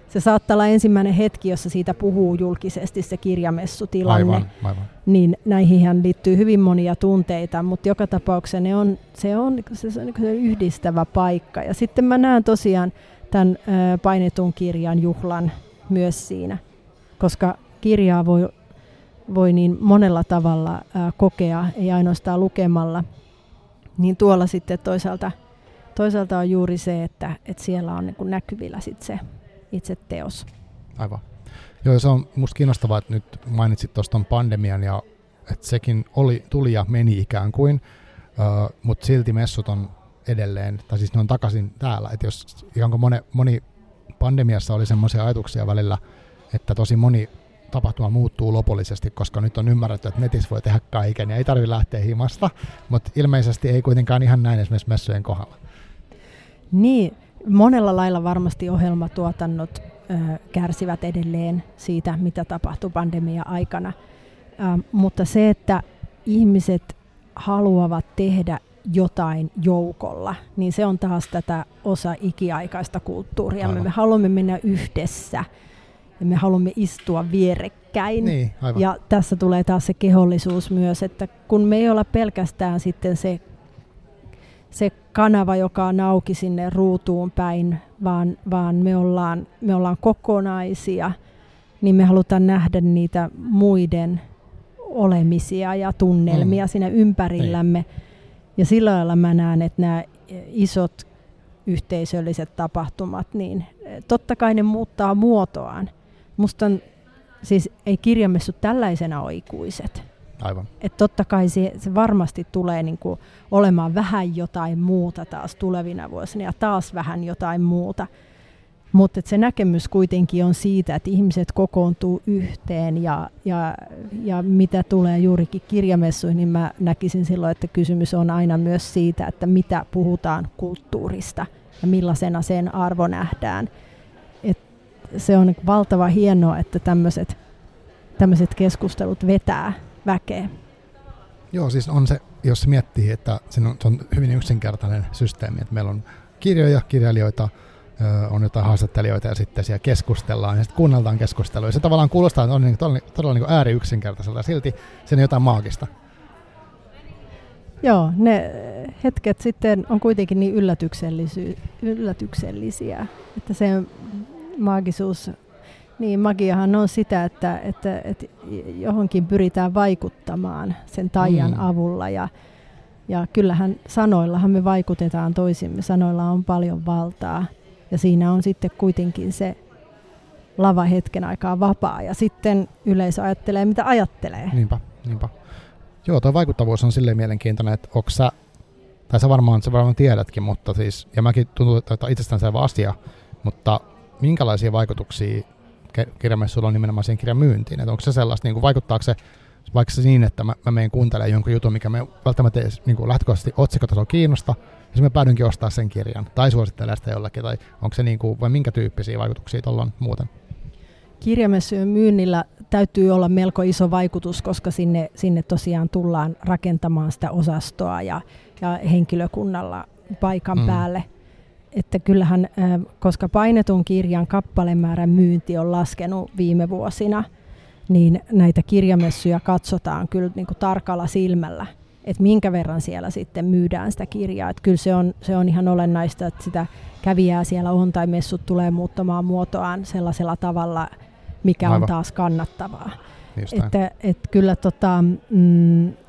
se saattaa olla ensimmäinen hetki, jossa siitä puhuu julkisesti se kirjamessutilanne. Aivan, aivan. Niin näihin liittyy hyvin monia tunteita, mutta joka tapauksessa ne on, se on, se on se yhdistävä paikka. Ja sitten mä näen tosiaan tämän ä, painetun kirjan juhlan myös siinä, koska kirjaa voi, voi niin monella tavalla ä, kokea, ei ainoastaan lukemalla. Niin tuolla sitten toisaalta, toisaalta on juuri se, että, että siellä on niin kuin näkyvillä sit se itse teos. Aivan. Joo, se on musta kiinnostavaa, että nyt mainitsit tuosta pandemian ja että sekin oli, tuli ja meni ikään kuin, uh, mutta silti messut on edelleen, tai siis ne on takaisin täällä. Että jos ihan kuin moni, moni pandemiassa oli semmoisia ajatuksia välillä, että tosi moni tapahtuma muuttuu lopullisesti, koska nyt on ymmärretty, että netissä voi tehdä kaiken ja ei tarvitse lähteä himasta, mutta ilmeisesti ei kuitenkaan ihan näin esimerkiksi messujen kohdalla. Niin, monella lailla varmasti ohjelmatuotannot ö, kärsivät edelleen siitä, mitä tapahtui pandemia-aikana, ö, mutta se, että ihmiset haluavat tehdä jotain joukolla, niin se on taas tätä osa ikiaikaista kulttuuria. Me, me haluamme mennä yhdessä ja me haluamme istua vierekkäin. Niin, ja tässä tulee taas se kehollisuus myös, että kun me ei olla pelkästään sitten se, se kanava, joka on auki sinne ruutuun päin, vaan, vaan me, ollaan, me ollaan kokonaisia, niin me halutaan nähdä niitä muiden olemisia ja tunnelmia mm. siinä ympärillämme. Ei. Ja sillä lailla mä näen, että nämä isot yhteisölliset tapahtumat, niin totta kai ne muuttaa muotoaan. Musta on, siis ei kirjamessut tällaisena ole ikuiset. Aivan. Et totta kai se, se varmasti tulee niinku olemaan vähän jotain muuta taas tulevina vuosina ja taas vähän jotain muuta. Mutta se näkemys kuitenkin on siitä, että ihmiset kokoontuu yhteen ja, ja, ja mitä tulee juurikin kirjamessuihin, niin mä näkisin silloin, että kysymys on aina myös siitä, että mitä puhutaan kulttuurista ja millaisena sen arvo nähdään. Et se on valtava hienoa, että tämmöiset tämmöiset keskustelut vetää väkeä. Joo, siis on se, jos miettii, että se on, se on hyvin yksinkertainen systeemi, että meillä on kirjoja, kirjailijoita, on jotain haastattelijoita ja sitten siellä keskustellaan ja sitten kuunnellaan keskustelua. Ja se tavallaan kuulostaa, että on niin, todella, todella niin kuin ääri yksinkertaiselta ja silti siinä on jotain maagista. Joo, ne hetket sitten on kuitenkin niin yllätyksellisiä, että se maagisuus, niin magiahan on sitä, että, että, että johonkin pyritään vaikuttamaan sen taian mm. avulla ja, ja kyllähän sanoillahan me vaikutetaan toisimme, sanoilla on paljon valtaa. Ja siinä on sitten kuitenkin se lava hetken aikaa vapaa ja sitten yleisö ajattelee, mitä ajattelee. Niinpä, niinpä. Joo, tuo vaikuttavuus on silleen mielenkiintoinen, että onko sä, tai sä varmaan, sä varmaan tiedätkin, mutta siis, ja mäkin tuntuu, että itsestäänselvä asia, mutta minkälaisia vaikutuksia kirjamessuilla on nimenomaan siihen kirjan myyntiin? Että onko se sellaista, niin kuin vaikuttaako se vaikka se niin, että mä, mä menen kuuntelemaan jonkun jutun, mikä me välttämättä edes niin kuin lähtökohtaisesti otsikotasolla kiinnosta, ja mä päädynkin ostaa sen kirjan, tai suosittelen sitä jollekin, tai onko se niin kuin, vai minkä tyyppisiä vaikutuksia tuolla on muuten? Kirjamessujen myynnillä täytyy olla melko iso vaikutus, koska sinne, sinne tosiaan tullaan rakentamaan sitä osastoa ja, ja henkilökunnalla paikan mm. päälle. Että kyllähän, koska painetun kirjan kappalemäärän myynti on laskenut viime vuosina, niin näitä kirjamessuja katsotaan kyllä niin kuin tarkalla silmällä, että minkä verran siellä sitten myydään sitä kirjaa. Että kyllä se on, se on ihan olennaista, että sitä kävijää siellä on tai messut tulee muuttamaan muotoaan sellaisella tavalla, mikä Aivan. on taas kannattavaa. Että, että kyllä tota, mm, äh,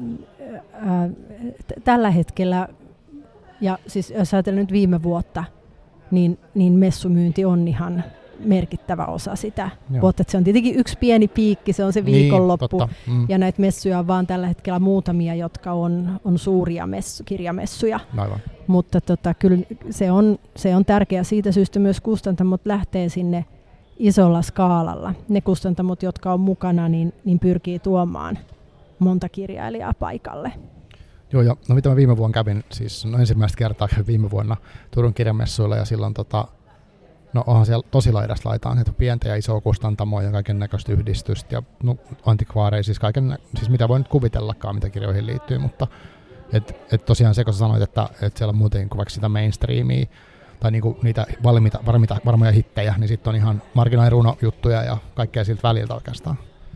t- tällä hetkellä, ja siis jos ajatellaan nyt viime vuotta, niin, niin messumyynti on ihan merkittävä osa sitä vuotta. Se on tietenkin yksi pieni piikki, se on se viikonloppu. Niin, mm. Ja näitä messuja on vaan tällä hetkellä muutamia, jotka on, on suuria messu, kirjamessuja. Aivan. Mutta tota, kyllä se on, se on tärkeää siitä syystä myös kustantamot lähtee sinne isolla skaalalla. Ne kustantamot, jotka on mukana, niin, niin pyrkii tuomaan monta kirjailijaa paikalle. Joo, ja no mitä mä viime vuonna kävin, siis no ensimmäistä kertaa kävin viime vuonna Turun kirjamessuilla ja silloin tota, no onhan siellä tosi laidasta laitaan, että pientä ja isoa kustantamoa ja kaiken näköistä yhdistystä ja no, antikvaareja, siis, kaiken, siis mitä voi nyt kuvitellakaan, mitä kirjoihin liittyy, mutta et, et tosiaan se, kun sä sanoit, että et siellä on muuten kuin vaikka sitä mainstreamia, tai niinku niitä valmiita, varmita, varmoja hittejä, niin sitten on ihan marginaalirunojuttuja ja kaikkea siltä väliltä oikeastaan.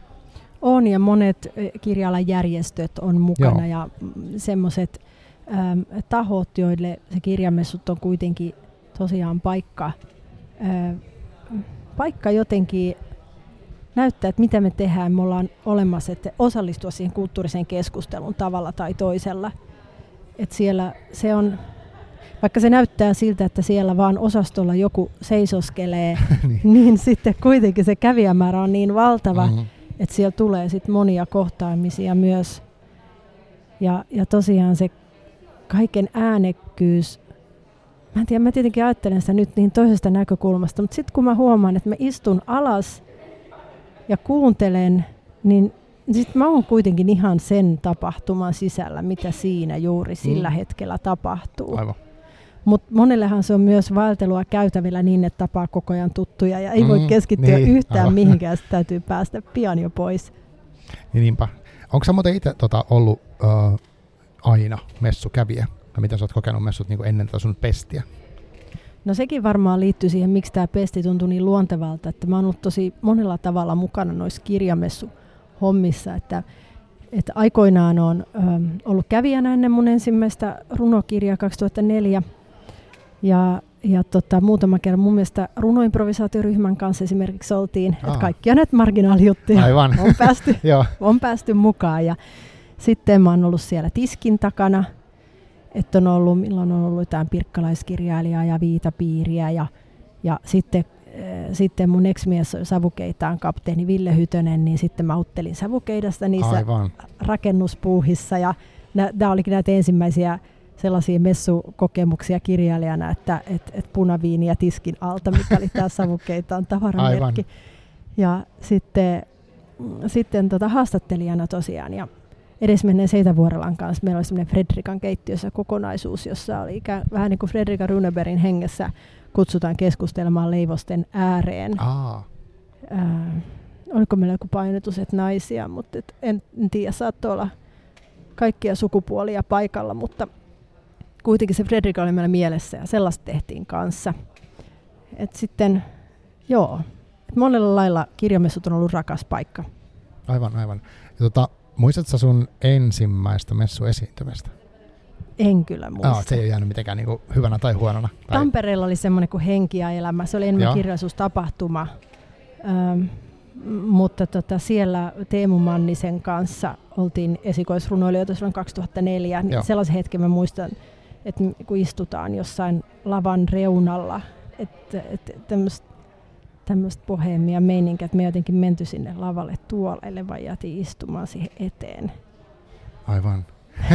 On, ja monet kirja-alan järjestöt on mukana. Joo. Ja semmoiset ähm, tahot, joille se kirjamessut on kuitenkin tosiaan paikka, äh, paikka jotenkin näyttää, että mitä me tehdään. Me ollaan olemassa, että osallistua siihen kulttuuriseen keskusteluun tavalla tai toisella. Että siellä se on, vaikka se näyttää siltä, että siellä vaan osastolla joku seisoskelee, niin. niin sitten kuitenkin se kävijämäärä on niin valtava, mm-hmm. että siellä tulee sit monia kohtaamisia myös. Ja, ja tosiaan se kaiken äänekkyys, mä en tiedä, mä tietenkin ajattelen sitä nyt niin toisesta näkökulmasta, mutta sitten kun mä huomaan, että mä istun alas ja kuuntelen, niin sitten mä oon kuitenkin ihan sen tapahtuman sisällä, mitä siinä juuri sillä mm. hetkellä tapahtuu. Mutta monellehan se on myös vaeltelua käytävillä niin, että tapaa koko ajan tuttuja ja ei mm, voi keskittyä niin, yhtään aivan. mihinkään, sitä täytyy päästä pian jo pois. Niin niinpä. Onko sä muuten itse tota, ollut uh, aina messukävijä? Ja miten sä oot kokenut messut niin kuin ennen tätä sun pestiä? No sekin varmaan liittyy siihen, miksi tämä pesti tuntui niin luontevalta, että mä oon ollut tosi monella tavalla mukana noissa kirjamessuhommissa, että, että aikoinaan on ähm, ollut kävijänä ennen mun ensimmäistä runokirjaa kaksituhattaneljä ja, ja tota, muutama kerran mun mielestä runoimprovisaatioryhmän kanssa esimerkiksi oltiin, Aa. että kaikkia näitä marginaalijuttuja on päästy, on päästy mukaan ja sitten mä oon ollut siellä tiskin takana. Että on ollut, milloin on ollut jotain pirkkalaiskirjailijaa ja viitapiiriä ja, ja sitten, äh, sitten mun ex-mies savukeitaan kapteeni Ville Hytönen, niin sitten mä auttelin savukeidasta niissä Aivan. rakennuspuuhissa ja nämä olikin näitä ensimmäisiä sellaisia messukokemuksia kirjailijana, että et, et punaviini ja tiskin alta, mikä oli tämä savukeitaan tavaramerkki. Aivan. Ja sitten, sitten tota haastattelijana tosiaan ja edesmenneen Seitävuorelan kanssa meillä oli semmoinen Fredrikan keittiössä kokonaisuus, jossa oli ikään, vähän niin kuin Fredrika Runebergin hengessä kutsutaan keskustelemaan leivosten ääreen. Aa. Ää, oliko meillä joku painotus, että naisia, mutta et en, en tiedä, saattoi olla kaikkia sukupuolia paikalla, mutta kuitenkin se Fredrika oli meillä mielessä ja sellaista tehtiin kanssa. Et sitten, joo, et monella lailla kirjamessut on ollut rakas paikka. Aivan, aivan. Ja tota, muistatko sun ensimmäistä messuesiintymistä? En kyllä muista. Aa, se ei ole jäänyt mitenkään niinku hyvänä tai huonona. Tai... Tampereella oli semmoinen kuin Henki ja elämä. Se oli enemmän kirjallisuustapahtuma. Ähm, mutta tota, siellä Teemu Mannisen kanssa oltiin esikoisrunoilijoita silloin kaksituhattaneljä. Niin sellaisen hetken mä muistan, että kun istutaan jossain lavan reunalla, että et, tämmöistä tämmöistä boheemia meininkiä, että me jotenkin menty sinne lavalle tuoleille vai jäätiin istumaan siihen eteen. Aivan.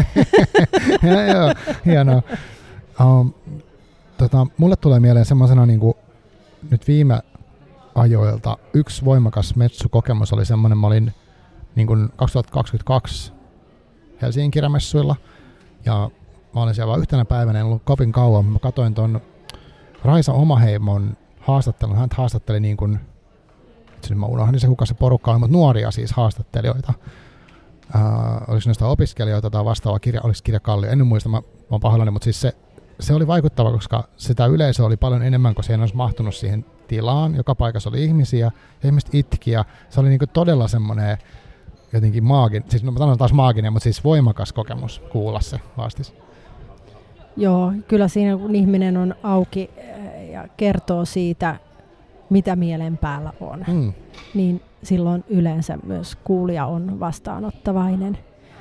ja, joo, hienoa. Um, tota, mulle tulee mieleen semmoisena niinku, nyt viime ajoilta yksi voimakas messukokemus oli semmoinen, mä olin niin kuin kaksituhattakaksikymmentäkaksi Helsingin kirjamessuilla ja mä olin siellä vaan yhtenä päivänä, en ollut kovin kauan, mä katsoin ton Raisa Omaheimon haastattelun, hän haastatteli niin kuin, itse mä unohdin se kuka se porukka oli, mutta nuoria siis haastattelijoita. Ää, oliko näistä opiskelijoita tai vastaava kirja, oliko kirja Kallio, en muista, mä, mä oon pahoillani, mutta siis se, se oli vaikuttava, koska sitä yleisöä oli paljon enemmän kuin siihen olisi mahtunut siihen tilaan. Joka paikassa oli ihmisiä ja ihmiset itki ja se oli niin kuin todella semmoinen jotenkin maaginen, siis no mä sanon taas maaginen, mutta siis voimakas kokemus kuulla se haastis. Joo, kyllä siinä kun ihminen on auki ja kertoo siitä, mitä mielen päällä on, mm. niin silloin yleensä myös kuulija on vastaanottavainen.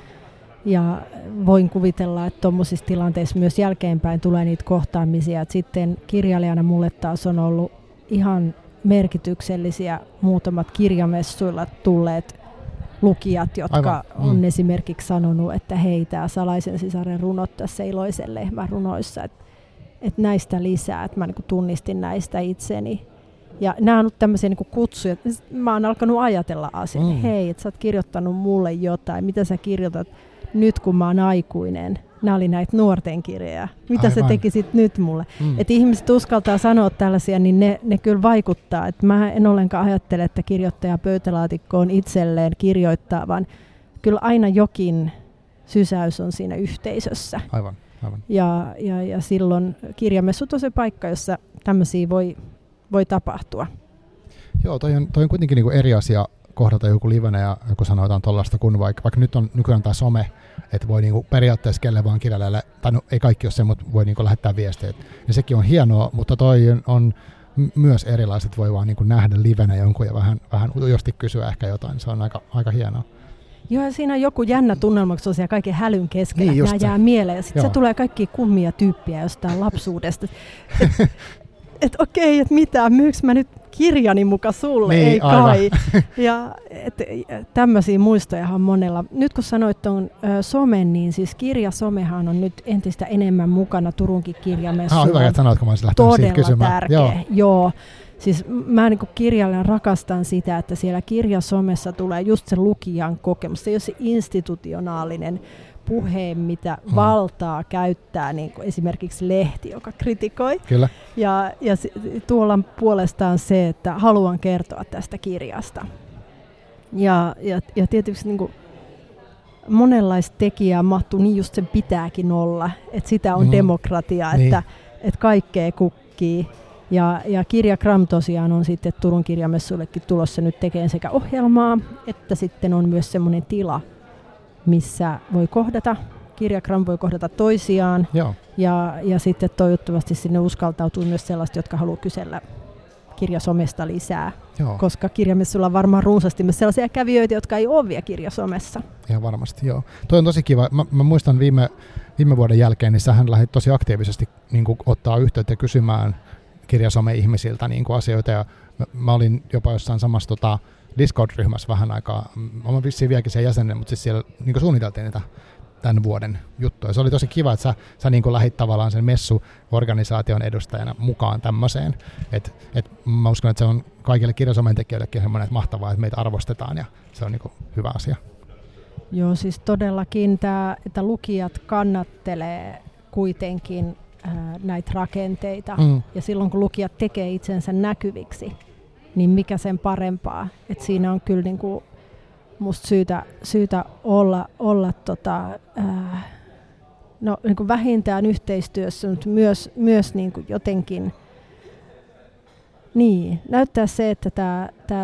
Ja voin kuvitella, että tuommoisissa tilanteissa myös jälkeenpäin tulee niitä kohtaamisia. Että sitten kirjailijana mulle taas on ollut ihan merkityksellisiä muutamat kirjamessuilla tulleet lukijat, jotka mm. on esimerkiksi sanonut, että hei, tämä Salaisen sisaren runot tässä Iloisen lehmän runoissa, että et näistä lisää, että mä niinku tunnistin näistä itseni. Ja nämä on nyt tämmöisiä niinku kutsuja, mä oon alkanut ajatella asiaa, mm. hei, että sä oot kirjoittanut mulle jotain, mitä sä kirjoitat nyt kun mä oon aikuinen. Nämä oli näitä nuorten kirjoja. Mitä Aivan. sä tekisit nyt mulle? Mm. Että ihmiset uskaltaa sanoa tällaisia, niin ne, ne kyllä vaikuttaa. Et mä en ollenkaan ajattele, että kirjoittaja pöytälaatikko on itselleen kirjoittaa, vaan kyllä aina jokin sysäys on siinä yhteisössä. Aivan. aivan. Ja, ja, ja silloin kirjamessut on se paikka, jossa tämmöisiä voi, voi tapahtua. Joo, toi on, toi on kuitenkin niinku eri asia kohdata joku livenä ja joku sanotaan tuollaista kuin vaikka, vaikka nyt on nykyään tämä some, että voi niinku periaatteessa kelle vaan kirjailijalle, tai no ei kaikki ole se, mutta voi niinku lähettää viestejä. Ja sekin on hienoa, mutta toi on, on myös erilaiset, voi vaan niinku nähdä livenä jonkun ja vähän, vähän ujosti kysyä ehkä jotain, se on aika, aika hienoa. Joo, ja siinä on joku jännä tunnelma, kun se on siellä kaiken hälyn keskellä, niin, nämä jää mieleen, ja sitten se tulee kaikki kummia tyyppiä jostain lapsuudesta. Että et, okei, että mitä, myyks mä nyt kirjani muka sulle, niin, ei aivan. kai. Ja tämmöisiä muistojahan on monella. Nyt kun sanoit tuon somen, niin siis kirjasomehan on nyt entistä enemmän mukana Turunkin kirjamessuilla. Ah, hyvä, että sanoit, kun mä olisin lähtenyt siitä kysymään. Todella tärkeä, joo. joo. Siis mä niin kuin kirjailijana rakastan sitä, että siellä kirjasomessa tulee just se lukijan kokemus. Se ei ole se institutionaalinen puhe, mitä mm. valtaa käyttää niin kuin esimerkiksi lehti, joka kritikoi. Kyllä. Ja, ja tuolla puolestaan se, että haluan kertoa tästä kirjasta. Ja, ja, ja tietysti niin kuin monenlaista tekijää mahtuu, niin just sen pitääkin olla. Että sitä on mm. demokratia, niin. että, että kaikkea kukkii. Ja, ja Kirjakram tosiaan on sitten Turun kirjamessuillekin tulossa nyt tekemään sekä ohjelmaa, että sitten on myös semmoinen tila, missä voi kohdata, Kirjakram voi kohdata toisiaan. Joo. Ja, ja sitten toivottavasti sinne uskaltautuu myös sellaista, jotka haluaa kysellä kirjasomesta lisää. Joo. Koska kirjamessuilla on varmaan runsaasti myös sellaisia kävijöitä, jotka ei ole vielä kirjasomessa. Ihan varmasti, joo. Toi on tosi kiva. Mä, mä muistan viime, viime vuoden jälkeen, niin sähän lähdit tosi aktiivisesti niin kuin ottaa yhteyttä kysymään kirjasome-ihmisiltä niin kuin asioita. Ja mä, mä olin jopa jossain samassa tota, Discord-ryhmässä vähän aikaa. Mä olen vissiin vieläkin sen jäsenen, mutta siis siellä niin kuin suunniteltiin niitä tämän vuoden juttuja. Se oli tosi kiva, että sä, sä niin kuin lähdit tavallaan sen messuorganisaation edustajana mukaan tämmöiseen. Et, et mä uskon, että se on kaikille kirjasomeen tekijöillekin semmoinen, että mahtavaa, että meitä arvostetaan ja se on niin kuin hyvä asia. Joo, siis todellakin tämä, että lukijat kannattelee kuitenkin ää, näitä rakenteita. Mm. Ja silloin kun lukijat tekee itsensä näkyviksi, niin mikä sen parempaa. Et siinä on kyllä niinku musta syytä, syytä olla, olla tota, ää, no, niinku vähintään yhteistyössä, mutta myös, myös niinku jotenkin niin, näyttää se, että tämä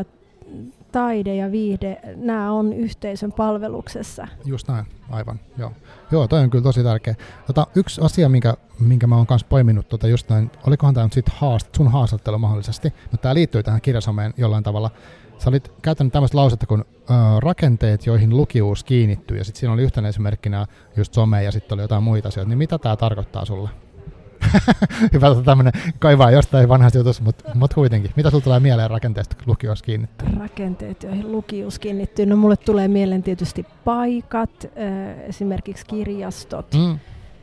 taide ja viihde, nämä on yhteisön palveluksessa. Just näin, aivan. Joo, joo toi on kyllä tosi tärkeä. Tota, yksi asia, minkä, minkä mä oon kanssa poiminut, tota just näin, olikohan tämä nyt sit haast, sun haastattelu mahdollisesti, mutta tämä liittyy tähän kirjasomeen jollain tavalla. Sä olit käyttänyt tämmöistä lausetta kuin ö, rakenteet, joihin lukijuus kiinnittyy, ja sitten siinä oli yhtenä esimerkkinä just some, ja sitten oli jotain muita asioita. Niin mitä tämä tarkoittaa sulle? Hyvä, että tämmöinen kaivaa jostain vanhasta jutusta, mutta mut kuitenkin. Mitä sulla tulee mieleen rakenteesta, kun lukijuus kiinnittyy? Rakenteet, joihin lukijuus kiinnittyy. No mulle tulee mieleen tietysti paikat, äh, esimerkiksi kirjastot. Mm.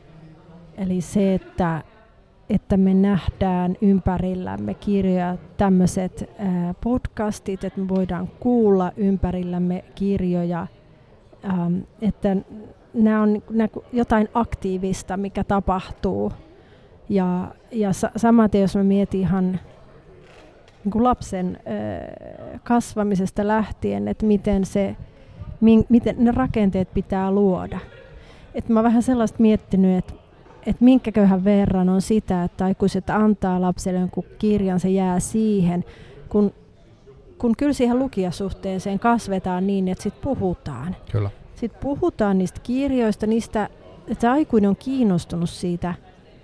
Eli se, että että me nähdään ympärillämme kirjoja, tämmöiset äh, podcastit, että me voidaan kuulla ympärillämme kirjoja, ähm, että nämä on nää jotain aktiivista, mikä tapahtuu. Ja, ja sa- samaten, jos mä mietin ihan niin kuin lapsen äh, kasvamisesta lähtien, että miten, se, min, miten ne rakenteet pitää luoda. Et mä oon vähän sellaista miettinyt, että että minkäköhän verran on sitä, että aikuiset antaa lapselle jonkun kirjan, se jää siihen, kun, kun kyllä siihen lukijasuhteeseen kasvetaan niin, että sitten puhutaan. Kyllä. Sitten puhutaan niistä kirjoista, niistä, että aikuinen on kiinnostunut siitä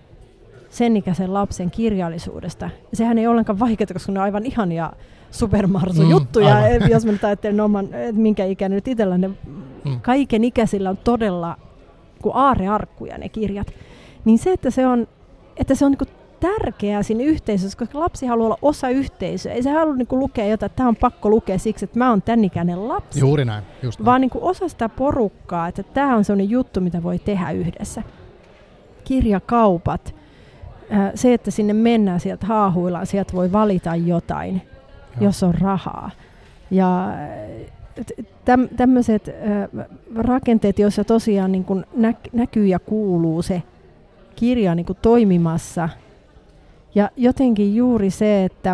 sen ikäisen lapsen kirjallisuudesta. Ja sehän ei ole ollenkaan vaikeaa, koska ne on aivan ihania supermarsu-juttuja, mm, jos mä nyt ajattelen oman, että minkä ikäinen nyt itsellä ne mm. kaiken ikäisillä on todella kuin aarrearkkuja ne kirjat. Niin se, että se on, että se on niinku tärkeää siinä yhteisössä, koska lapsi haluaa olla osa yhteisöä. Ei se halua niinku lukea jotain, että tämä on pakko lukea siksi, että mä oon tämän ikäinen lapsi. Juuri näin. Just näin. Vaan niinku osa sitä porukkaa, että tämä on sellainen juttu, mitä voi tehdä yhdessä. Kirjakaupat. Se, että sinne mennään, sieltä haahuillaan, sieltä voi valita jotain, Joo. jos on rahaa. Ja tämmöiset rakenteet, joissa tosiaan niin kuin näkyy ja kuuluu se kirja niin kuin toimimassa. Ja jotenkin juuri se, että,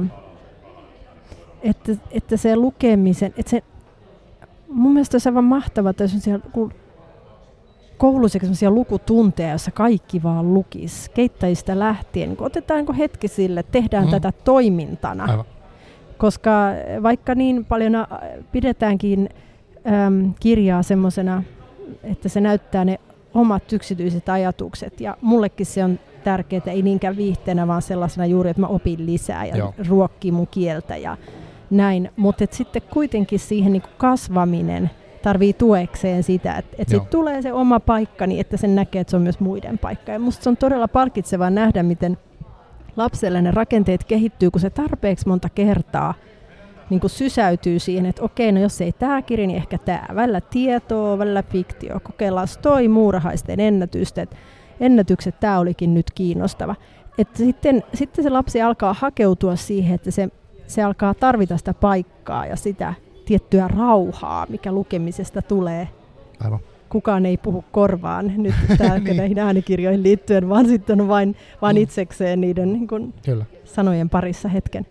että, että se lukemisen, että se, mun mielestä se on aivan mahtavaa, että jos on siellä koulussa sellaisia lukutunteja, joissa kaikki vaan lukisi, keittäjistä lähtien. Niin otetaan niin hetki sille, tehdään mm. tätä toimintana. Aivan. Koska vaikka niin paljon pidetäänkin äm, kirjaa semmoisena, että se näyttää ne omat yksityiset ajatukset. Ja mullekin se on tärkeää, ei niinkään viihteenä, vaan sellaisena juuri, että mä opin lisää ja Joo. ruokkii mun kieltä ja näin. Mutta sitten kuitenkin siihen niin kuin kasvaminen tarvii tuekseen sitä, että et sitten tulee se oma paikka, niin että sen näkee, että se on myös muiden paikka. Ja musta se on todella palkitsevaa nähdä, miten lapselle ne rakenteet kehittyy, kun se tarpeeksi monta kertaa niin kuin sysäytyy siihen, että okei, no jos ei tämä kirja, niin ehkä tämä. Välillä tietoa, välillä fiktio. Kokeillaan toi muurahaisten ennätykset. Ennätykset, tämä olikin nyt kiinnostava. Että sitten, sitten se lapsi alkaa hakeutua siihen, että se, se alkaa tarvita sitä paikkaa ja sitä tiettyä rauhaa, mikä lukemisesta tulee. Aivan. Kukaan ei puhu korvaan nyt niin. näihin äänikirjoihin liittyen, vaan sitten on vain, vain mm. itsekseen niiden niin kun, sanojen parissa hetken.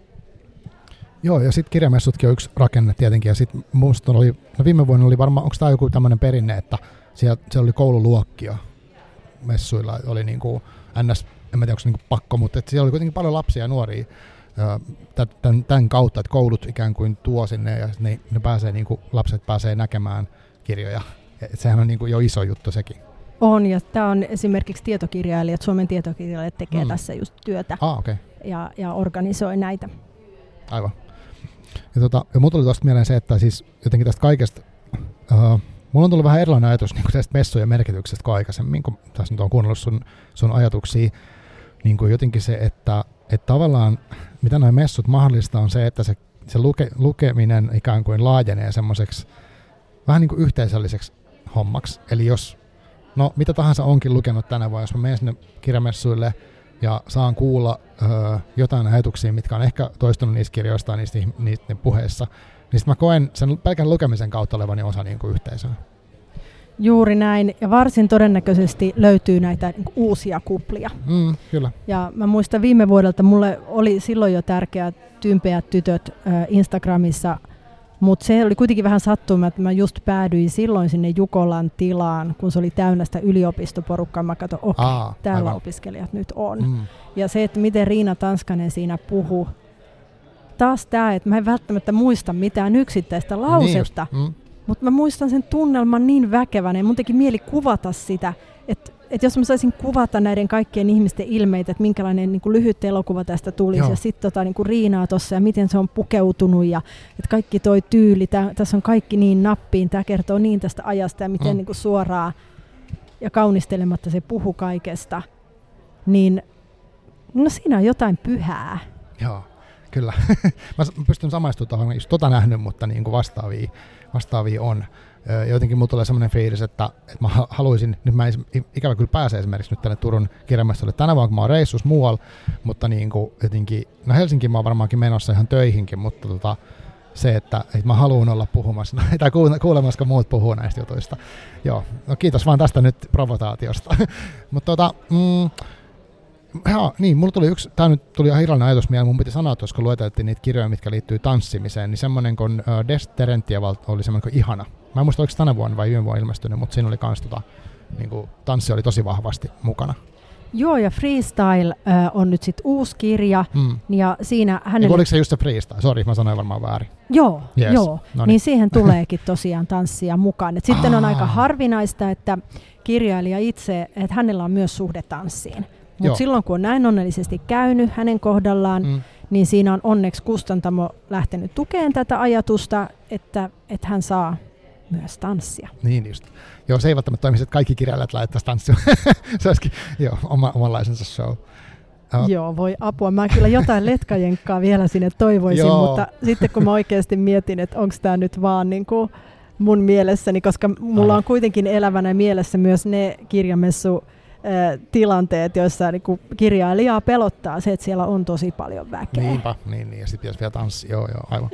Joo, ja sitten kirjamessutkin on yksi rakenne tietenkin, ja sitten minusta oli, no viime vuonna oli varmaan, onko tämä joku tämmöinen perinne, että siellä, siellä oli koululuokkia messuilla, oli niin kuin ns, en tiedä onko se niin kuin pakko, mutta että siellä oli kuitenkin paljon lapsia ja nuoria tämän, tämän kautta, että koulut ikään kuin tuo sinne, ja ne, ne pääsee, niin kuin, lapset pääsee näkemään kirjoja. Et sehän on niin kuin jo iso juttu sekin. On, ja tämä on esimerkiksi tietokirjailijat, Suomen tietokirjailijat tekee mm. tässä just työtä ah, okay. ja, ja organisoi näitä. Aivan. Ja, tota, ja mulla tuli tuosta mieleen se, että siis jotenkin tästä kaikesta, uh, mulla on tullut vähän erilainen ajatus niin tästä messujen merkityksestä kuin aikaisemmin, kun tässä nyt on kuunnellut sun, sun ajatuksia, niin kuin jotenkin se, että, että tavallaan mitä nuo messut mahdollistaa on se, että se, se luke, lukeminen ikään kuin laajenee semmoiseksi vähän niin kuin yhteisölliseksi hommaksi. Eli jos, no mitä tahansa onkin lukenut tänä vuonna, jos mä menen sinne kirjamessuille ja saan kuulla ö, jotain ajatuksia, mitkä on ehkä toistunut niissä kirjoissa tai niissä, niissä puheissa, niin sitten mä koen sen pelkän lukemisen kautta olevani osa niin kuin yhteisöä. Juuri näin, ja varsin todennäköisesti löytyy näitä niin kuin uusia kuplia. Mm, kyllä. Ja mä muistan viime vuodelta, mulle oli silloin jo tärkeää Tympeät tytöt äh, Instagramissa, mutta se oli kuitenkin vähän sattuma, että mä just päädyin silloin sinne Jukolan tilaan, kun se oli täynnä sitä yliopistoporukkaa. Mä katsoin, okei, okay, täällä aivan. opiskelijat nyt on. Mm. Ja se, että miten Riina Tanskanen siinä puhui. Taas tämä, että mä en välttämättä muista mitään yksittäistä lausetta, niin mm. mutta mä muistan sen tunnelman niin väkevänä. Ja mun teki mieli kuvata sitä, että että jos mä saisin kuvata näiden kaikkien ihmisten ilmeitä, että minkälainen niin kuin lyhyt elokuva tästä tulisi, Joo. ja sitten tota, niin kuin Riinaa tuossa, ja miten se on pukeutunut, ja että kaikki toi tyyli, tää, tässä on kaikki niin nappiin, tämä kertoo niin tästä ajasta, ja miten mm. niin kuin suoraan ja kaunistelematta se puhuu kaikesta, niin no siinä on jotain pyhää. Joo, kyllä. Mä pystyn samaistumaan tuohon, just tota nähnyt, mutta niin kuin vastaavia, vastaavia on. Jotenkin mulla tulee semmoinen fiilis, että, että mä haluaisin, nyt mä ikävä kyllä pääse esimerkiksi nyt tänne Turun kirjamessuille tänä vuonna, kun mä oon reissus muualla, mutta niin kuin jotenkin, no Helsinkiin mä oon varmaankin menossa ihan töihinkin, mutta tota, se, että, että mä haluan olla puhumassa, tai kuulemassa, kun muut puhuu näistä jutuista. Joo, no kiitos vaan tästä nyt provokaatiosta. mutta tota, mm, ja, niin, mulla tuli yksi, tää nyt tuli ihan hirveän ajatus mieleen, mun piti sanoa tuossa, kun lueteltiin niitä kirjoja, mitkä liittyy tanssimiseen, niin semmoinen kuin uh, Des Terentievalt oli semmoinen kuin Ihana. Mä en muista, oliko tänä vuonna vai viime vuonna ilmestynyt, mutta siinä oli kans tota, niin kuin, tanssi oli tosi vahvasti mukana. Joo, ja Freestyle äh, on nyt sitten uusi kirja, mm. ja siinä hänelle... Ja oliko se just se Freestyle? Sori, mä sanoin varmaan väärin. Joo, yes. joo. niin. niin siihen tuleekin tosiaan tanssia mukaan. Et sitten on aika harvinaista, että kirjailija itse, että hänellä on myös suhde tanssiin. Mutta silloin, kun on näin onnellisesti käynyt hänen kohdallaan, mm. niin siinä on onneksi kustantamo lähtenyt tukeen tätä ajatusta, että, että hän saa myös tanssia. Niin just. Joo, se ei välttämättä toimisi, että kaikki kirjailijat laittaisi tanssia. Se olisikin joo, oma, omanlaisensa show. Uh. Joo, voi apua. Mä kyllä jotain letkajenkkaa vielä sinne toivoisin, mutta sitten kun mä oikeasti mietin, että onko tämä nyt vaan niin kuin mun mielessäni, koska mulla on kuitenkin elävänä mielessä myös ne kirjamessu tilanteet, joissa niinku kirjailijaa pelottaa se, että siellä on tosi paljon väkeä. Niinpä, niin, niin. Ja sitten jos vielä tanssi, joo, joo, aivan.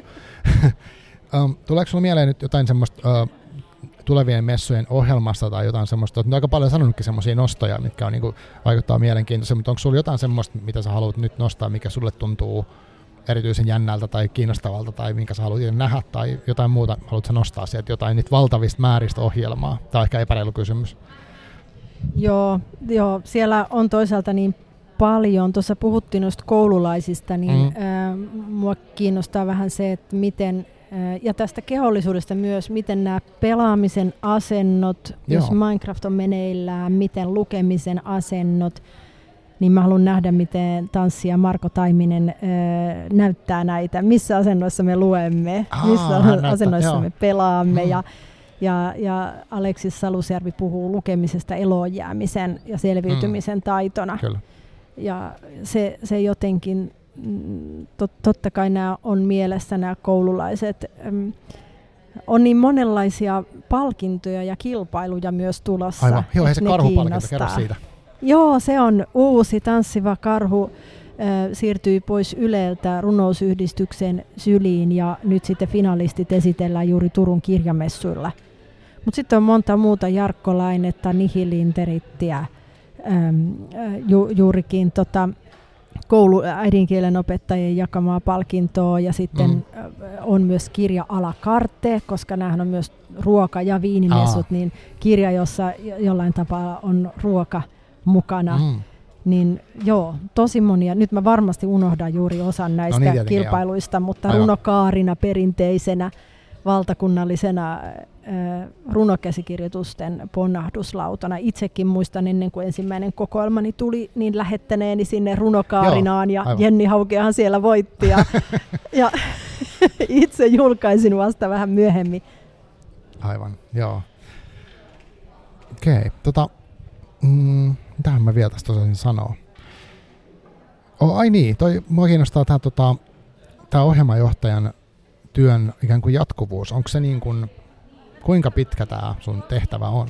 um, tuleeko sinulla mieleen nyt jotain semmoista uh, tulevien messujen ohjelmasta tai jotain semmoista, että aika paljon sanonutkin semmoisia nostoja, mitkä on, niinku, vaikuttaa mielenkiintoisia, mutta onko sinulla jotain semmoista, mitä sä haluat nyt nostaa, mikä sulle tuntuu erityisen jännältä tai kiinnostavalta tai minkä sä haluat nähdä tai jotain muuta, haluatko nostaa sieltä jotain niitä valtavista määristä ohjelmaa? Tämä on ehkä epäreilu kysymys. Joo, joo, siellä on toisaalta niin paljon. Tuossa puhuttiin noista koululaisista, niin mm. ää, mua kiinnostaa vähän se, että miten, ää, ja tästä kehollisuudesta myös, miten nämä pelaamisen asennot, joo. jos Minecraft on meneillään, miten lukemisen asennot, niin mä haluan nähdä, miten tanssija Marko Taiminen ää, näyttää näitä, missä asennoissa me luemme, Aa, missä näyttää, asennoissa joo. me pelaamme, mm. ja Ja, ja Aleksis Salusjärvi puhuu lukemisesta eloon jäämisen ja selviytymisen mm. taitona. Kyllä. Ja se, se jotenkin, tot, totta kai nämä on mielessä nämä koululaiset. Äm, on niin monenlaisia palkintoja ja kilpailuja myös tulossa. Aivan, joo, hei se karhupalkinto, kerro siitä. Joo, se on uusi tanssiva karhu. Siirtyi pois Yleltä runousyhdistyksen syliin ja nyt sitten finalistit esitellään juuri Turun kirjamessuilla. Mutta sitten on monta muuta Jarkko Lainetta, Nihilinterittiä, äm, ju, juurikin tota, koulu äidinkielen opettajien jakamaa palkintoa ja sitten mm. on myös kirja à la carte, koska nämähän on myös ruoka- ja viinimessut, Aa. niin kirja, jossa jollain tapaa on ruoka mukana. Mm. Niin joo, tosi monia. Nyt mä varmasti unohdan juuri osan näistä no niin, kilpailuista, joo. mutta Aivan. runokaarina perinteisenä valtakunnallisena äh, runokäsikirjoitusten ponnahduslautana. Itsekin muistan ennen kuin ensimmäinen kokoelmani tuli, niin lähettäneeni sinne runokaarinaan joo, ja aivan. Jenni Haukeahan siellä voitti. Ja, ja itse julkaisin vasta vähän myöhemmin. Aivan, joo. Okei, okay, tota... Mm. Mitähän mä vielä tästä osasin sanoa? Oh, ai niin, toi, mua kiinnostaa tämä tota, ohjelmajohtajan työn ikään kuin jatkuvuus. Onko se niin kuin, kuinka pitkä tämä sun tehtävä on?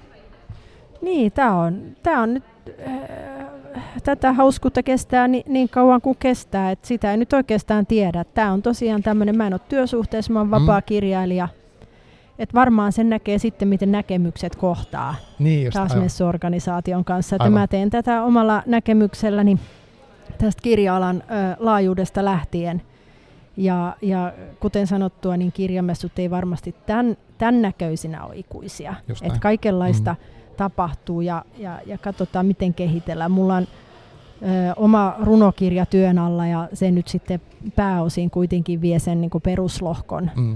Niin, tämä on, tää on nyt, äh, tätä hauskuutta kestää ni, niin kauan kuin kestää, että sitä ei nyt oikeastaan tiedä. Tämä on tosiaan tämmöinen, mä en ole työsuhteessa, mä oon vapaa mm. kirjailija. Et varmaan sen näkee sitten, miten näkemykset kohtaa niin just, taas messuorganisaation kanssa. Että mä teen tätä omalla näkemykselläni tästä kirja-alan ö, laajuudesta lähtien. Ja, ja kuten sanottua, niin kirjamessut ei varmasti tämän, tämän näköisinä ole ikuisia. Että kaikenlaista mm. tapahtuu ja, ja, ja katsotaan, miten kehitellään. Mulla on ö, oma runokirja työn alla ja se nyt sitten pääosin kuitenkin vie sen niin kuin peruslohkon. Mm.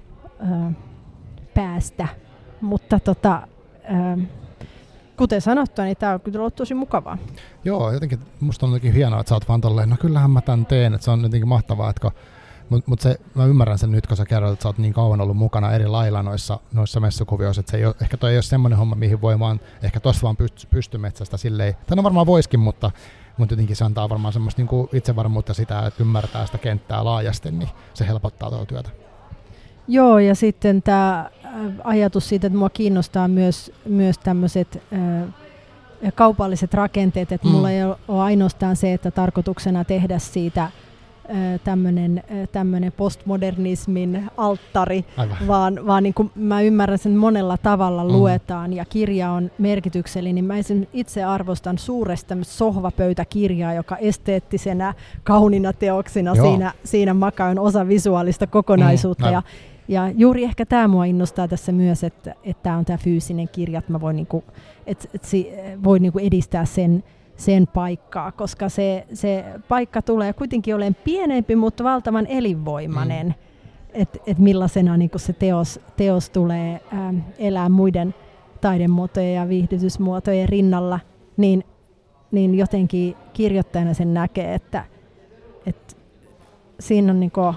Ö, päästä, mutta tota, ähm, kuten sanottua, niin tämä on kyllä ollut tosi mukavaa. Joo, jotenkin musta on jotenkin hienoa, että sä oot vaan tolleen, no kyllähän mä tämän teen, että se on jotenkin mahtavaa, että mutta mut se, mä ymmärrän sen nyt, kun sä kerrot, että sä oot niin kauan ollut mukana eri lailla noissa, noissa messukuvioissa, että se ei ole, ehkä toi ei ole semmoinen homma, mihin voi vaan, ehkä tossa vaan pyst, pystymetsästä silleen, tai no varmaan voiskin, mutta, mutta jotenkin se antaa varmaan semmoista niin kuin itsevarmuutta sitä, että ymmärtää sitä kenttää laajasti, niin se helpottaa tuota työtä. Joo, ja sitten tämä ajatus siitä, että mua kiinnostaa myös, myös tämmöiset äh, kaupalliset rakenteet, että mm. mulla ei ole ainoastaan se, että tarkoituksena tehdä siitä äh, tämmöinen äh, tämmöinen postmodernismin alttari, Aivan. vaan, vaan niin kuin mä ymmärrän sen monella tavalla mm. luetaan ja kirja on merkityksellinen. Mä itse arvostan suuresta sohvapöytäkirjaa, joka esteettisenä, kauniina teoksina siinä, siinä makaa on osa visuaalista kokonaisuutta. Mm. Ja, Ja juuri ehkä tämä mua innostaa tässä myös, että tämä on tämä fyysinen kirja, että mä voin, niinku, et, et si, voin niinku edistää sen, sen paikkaa, koska se, se paikka tulee kuitenkin olemaan pienempi, mutta valtavan elinvoimainen, mm. että et millaisena niinku se teos, teos tulee ähm, elää muiden taidemuotojen ja viihdytysmuotojen rinnalla, niin, niin jotenkin kirjoittajana sen näkee, että, että siinä on niinku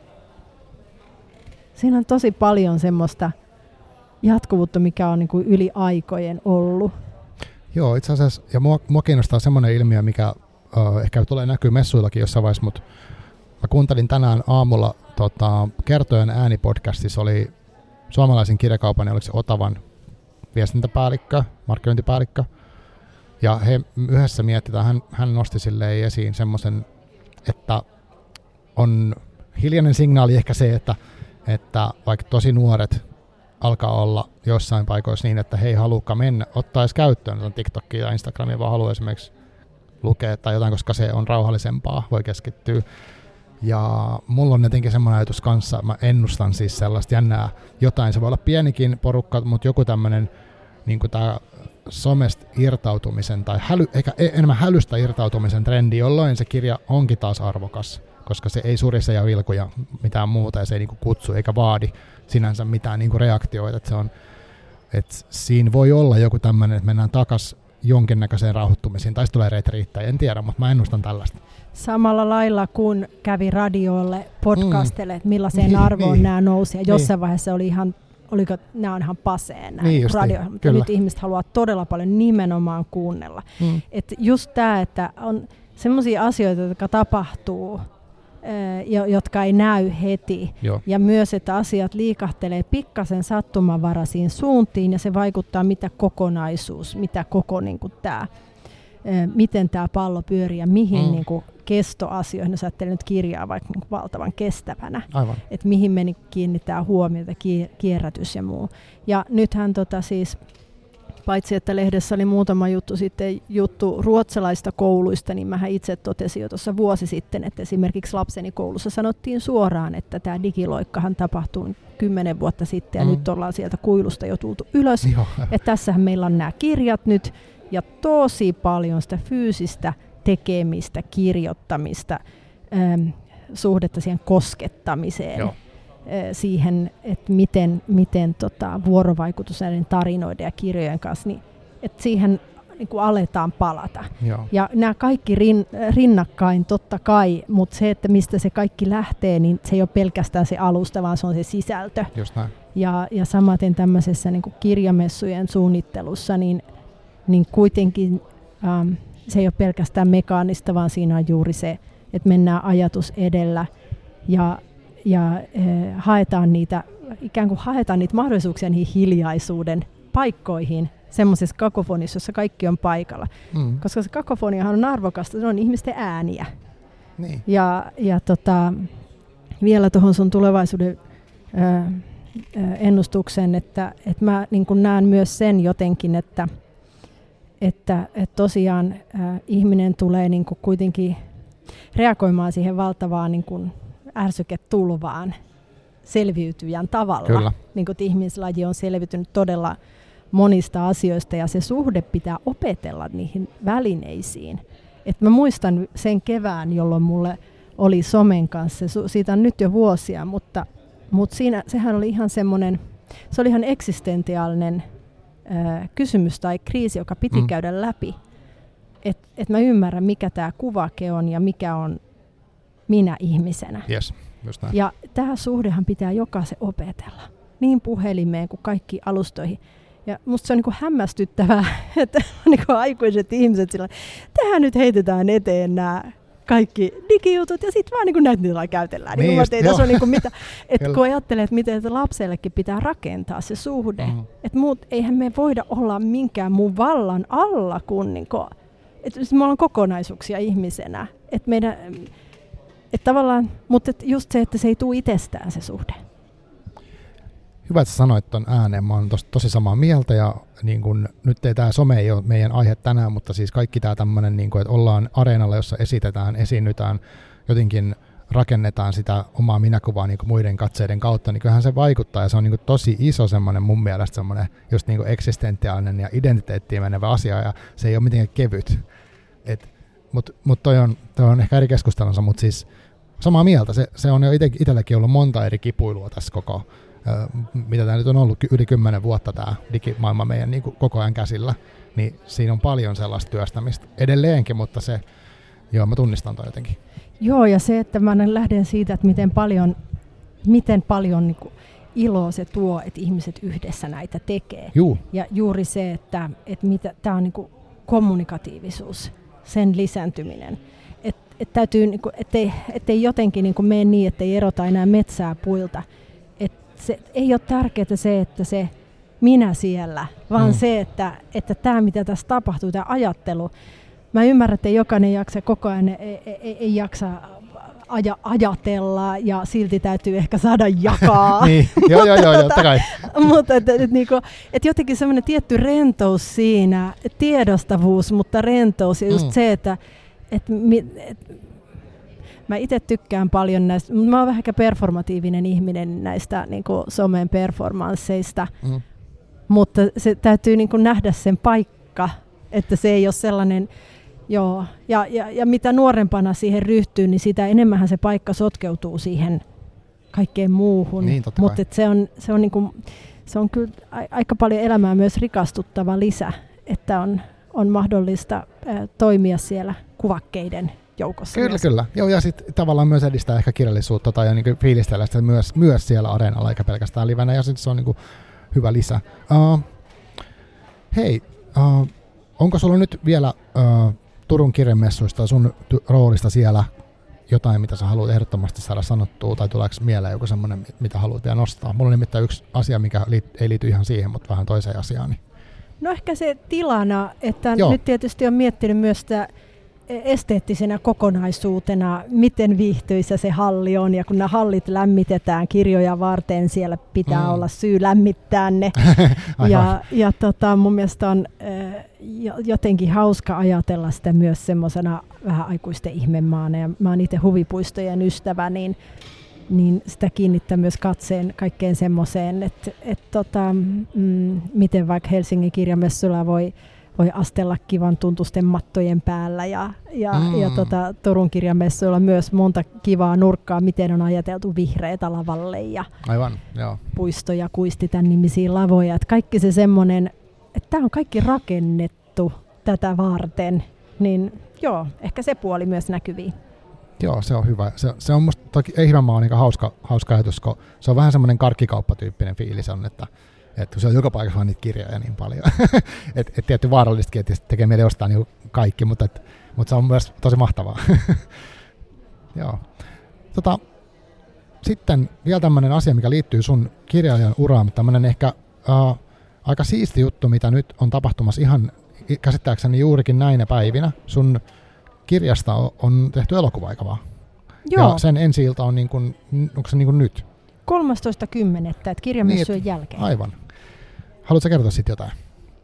Siinä on tosi paljon semmoista jatkuvuutta, mikä on niin kuin yli aikojen ollut. Joo, itse asiassa, ja mua, mua kiinnostaa semmoinen ilmiö, mikä uh, ehkä tulee näkyy messuillakin jossain vaiheessa, mutta mä kuuntelin tänään aamulla tota, Kertojen äänipodcastissa oli suomalaisen kirjakaupan, oliko se Otavan viestintäpäällikkö, markkinointipäällikkö, ja he yhdessä mietitään, hän, hän nosti silleen esiin semmoisen, että on hiljainen signaali ehkä se, että että vaikka tosi nuoret alkaa olla jossain paikoissa niin, että he ei haluukaan mennä, ottaa edes käyttöön TikTokia ja Instagramia, vaan haluaa esimerkiksi lukea tai jotain, koska se on rauhallisempaa, voi keskittyä. Ja mulla on jotenkin semmoinen ajatus kanssa, mä ennustan siis sellaista jännää jotain, se voi olla pienikin porukka, mutta joku tämmöinen niin kuin tämä somesta irtautumisen tai häly, eikä enemmän hälystä irtautumisen trendi, jolloin se kirja onkin taas arvokas, koska se ei surise ja vilku ja mitään muuta ja se ei niinku kutsu eikä vaadi sinänsä mitään niinku reaktioita. Et se on, et siinä voi olla joku tämmöinen, että mennään takaisin jonkinnäköiseen rauhoittumisiin, tai se tulee retriittäin, en tiedä, mutta mä ennustan tällaista. Samalla lailla kun kävi radiolle podcastelle, mm. että millaiseen niin, arvoon niin. nämä nousi, ja jossain niin. vaiheessa oli ihan, oliko nämä on ihan paseen nämä niin radio, mutta nyt ihmiset haluaa todella paljon nimenomaan kuunnella. Mm. Et just tämä, että on semmoisia asioita, jotka tapahtuu, jotka ei näy heti. Joo. Ja myös, että asiat liikahtelee pikkasen sattumanvaraisiin suuntiin ja se vaikuttaa mitä kokonaisuus, mitä koko niin kuin tämä, miten tämä pallo pyörii ja mihin mm. niin kuin kestoasioihin, jos ajattelee nyt kirjaa vaikka niin kuin valtavan kestävänä, että mihin me niin kiinnittää huomiota, kierrätys ja muu. Ja nythän tota siis paitsi että lehdessä oli muutama juttu sitten juttu ruotsalaista kouluista, niin mähän itse totesin jo tuossa vuosi sitten, että esimerkiksi lapseni koulussa sanottiin suoraan, että tämä digiloikkahan tapahtui kymmenen vuotta sitten ja mm. nyt ollaan sieltä kuilusta jo tultu ylös. Että tässähän meillä on nämä kirjat nyt ja tosi paljon sitä fyysistä tekemistä, kirjoittamista, ähm, suhdetta siihen koskettamiseen. Joo. Siihen, että miten, miten tota, vuorovaikutus näiden tarinoiden ja kirjojen kanssa, niin että siihen niin kuin aletaan palata. Joo. Ja nämä kaikki rin, rinnakkain totta kai, mutta se, että mistä se kaikki lähtee, niin se ei ole pelkästään se alusta, vaan se on se sisältö. Just näin. Ja, ja samaten tämmöisessä niin kuin kirjamessujen suunnittelussa, niin, niin kuitenkin ähm, se ei ole pelkästään mekaanista, vaan siinä on juuri se, että mennään ajatus edellä ja ja eh, haetaan niitä, ikään kuin haetaan niitä mahdollisuuksia niihin hiljaisuuden paikkoihin, semmoisessa kakofonissa, jossa kaikki on paikalla. Mm. Koska se kakofoniahan on arvokasta, se on ihmisten ääniä. Niin. Ja, ja tota, vielä tuohon sun tulevaisuuden ö, ennustuksen, että, että mä niin kun näen myös sen jotenkin, että, että, että tosiaan ö, ihminen tulee niin kun kuitenkin reagoimaan siihen valtavaan niin kun ärsyketulvaan selviytyjän tavalla. Kyllä. Niin kuin ihmislaji on selviytynyt todella monista asioista ja se suhde pitää opetella niihin välineisiin. Et mä muistan sen kevään, jolloin mulle oli somen kanssa, siitä on nyt jo vuosia, mutta, mutta siinä, sehän oli ihan semmoinen, se oli ihan eksistentiaalinen äh, kysymys tai kriisi, joka piti mm. käydä läpi. Että et mä ymmärrän, mikä tämä kuvake on ja mikä on minä ihmisenä. Yes, just näin. Ja tämä suhdehan pitää jokaisen opetella, niin puhelimeen kuin kaikki alustoihin. Ja musta se on niinku hämmästyttävää, että niinku aikuiset ihmiset sillä tähän nyt heitetään eteen nämä kaikki digijutut ja sitten vaan niinku näitä niillä käytellään. Niin, niin ei tässä ole niinku mitä, että kun ajattelee, että miten lapsellekin pitää rakentaa se suhde, mm. että muut eihän me voida olla minkään muun vallan alla kuin niinku, että me ollaan kokonaisuuksia ihmisenä, että meidän että tavallaan, mutta et just se, että se ei tule itsestään se suhde. Hyvä, että sanoit ton ääneen. Mä oon tos, tosi samaa mieltä ja niin kun, nyt ei tämä some ei ole meidän aihe tänään, mutta siis kaikki tämä tämmöinen, niin että ollaan areenalla, jossa esitetään, esiinnytään, jotenkin rakennetaan sitä omaa minäkuvaa niin muiden katseiden kautta, niin kyllähän se vaikuttaa ja se on niin tosi iso semmoinen mun mielestä semmoinen just niin eksistentiaalinen ja identiteettiin menevä asia ja se ei ole mitenkään kevyt. Et, Mutta mut toi, on, toi on ehkä eri keskustelunsa, mutta siis samaa mieltä. Se, se on jo ite, itselläkin ollut monta eri kipuilua tässä koko, ö, mitä tämä nyt on ollut yli kymmenen vuotta tämä digimaailma meidän niin kuin koko ajan käsillä. Niin siinä on paljon sellaista työstämistä edelleenkin, mutta se, joo mä tunnistan toi jotenkin. Joo ja se, että mä lähden siitä, että miten paljon, miten paljon niin kuin iloa se tuo, että ihmiset yhdessä näitä tekee. Juu. Ja juuri se, että, että mitä, tämä on niin kuin kommunikatiivisuus. Sen lisääntyminen. Et, et täytyy, niinku, ettei, ettei jotenkin niinku mene niin, ettei erota enää metsää puilta. Et se ei ole tärkeää se, että se minä siellä, vaan mm. se, että, että tämä mitä tässä tapahtuu, tämä ajattelu. Mä ymmärrän, että jokainen jaksa koko ajan ei, ei, ei, ei jaksa aja, ajatella ja silti täytyy ehkä saada jakaa. niin, joo, joo, joo, totta kai. Mutta et, et, niinku, et jotenkin semmoinen tietty rentous siinä, tiedostavuus, mutta rentous ja just mm. se, että et, et, mä itse tykkään paljon näistä, mä oon vähän ehkä performatiivinen ihminen näistä niinku somen performansseista, mm. mutta se täytyy niin kuin nähdä sen paikka, että se ei ole sellainen, joo, ja, ja, ja mitä nuorempana siihen ryhtyy, niin sitä enemmän se paikka sotkeutuu siihen kaikkeen muuhun, niin, mutta se on, se, on niin kuin, se on kyllä aika paljon elämää myös rikastuttava lisä, että on, on mahdollista ä, toimia siellä kuvakkeiden joukossa. Kyllä, myös. kyllä. Joo, ja sitten tavallaan myös edistää ehkä kirjallisuutta tai niin fiilistellä sitä myös, myös siellä areenalla, eikä pelkästään livenä, ja se on niin kuin hyvä lisä. Uh, hei, uh, onko sulla nyt vielä uh, Turun kirjamessuista sun ty- roolista siellä jotain, mitä sä haluat ehdottomasti saada sanottua, tai tuleeko mieleen joku semmoinen, mitä haluat vielä nostaa? Mulla on nimittäin yksi asia, mikä liit- ei liity ihan siihen, mutta vähän toiseen asiaan. Niin. No ehkä se tilana, että Joo. nyt tietysti on miettinyt myös sitä esteettisenä kokonaisuutena, miten viihtyisä se halli on, ja kun nämä hallit lämmitetään kirjoja varten, siellä pitää mm. olla syy lämmittää ne. ja ja tota, mun mielestä on äh, jotenkin hauska ajatella sitä myös semmoisena vähän aikuisten ihmemaana, ja mä oon itse huvipuistojen ystävä, niin, niin sitä kiinnittää myös katseen kaikkeen semmoiseen, että et tota, mm, miten vaikka Helsingin kirjamessuilla voi voi astella kivan tuntusten mattojen päällä ja, ja, mm. ja tota, Turun kirjamessuilla myös monta kivaa nurkkaa, miten on ajateltu vihreitä lavalle ja Aivan, joo. puisto ja kuisti tämän nimisiä lavoja. Et kaikki se semmoinen, että tämä on kaikki rakennettu tätä varten, niin joo, ehkä se puoli myös näkyviin. Joo, se on hyvä. Se, se on musta toki Eihimämaa on niin hauska, hauska ajatus, kun se on vähän semmoinen karkkikauppatyyppinen fiilis on, että että se on joka paikassa vaan niitä kirjoja niin paljon. Että et tietty vaarallistakin, että tekee mieli ostaa niin kaikki, mutta, et, mutta se on myös tosi mahtavaa. Joo. Tota, sitten vielä tämmöinen asia, mikä liittyy sun kirjailijan uraan, tämmöinen ehkä uh, aika siisti juttu, mitä nyt on tapahtumassa ihan käsittääkseni juurikin näinä päivinä. Sun kirjasta on, on tehty elokuva, eikä vaan? Joo. Ja sen ensi-ilta on niin kuin, onko se niin kuin nyt? kolmastoista kymmenettä että kirjamessujen niin, jälkeen. Aivan. Haluatko kertoa sitten jotain?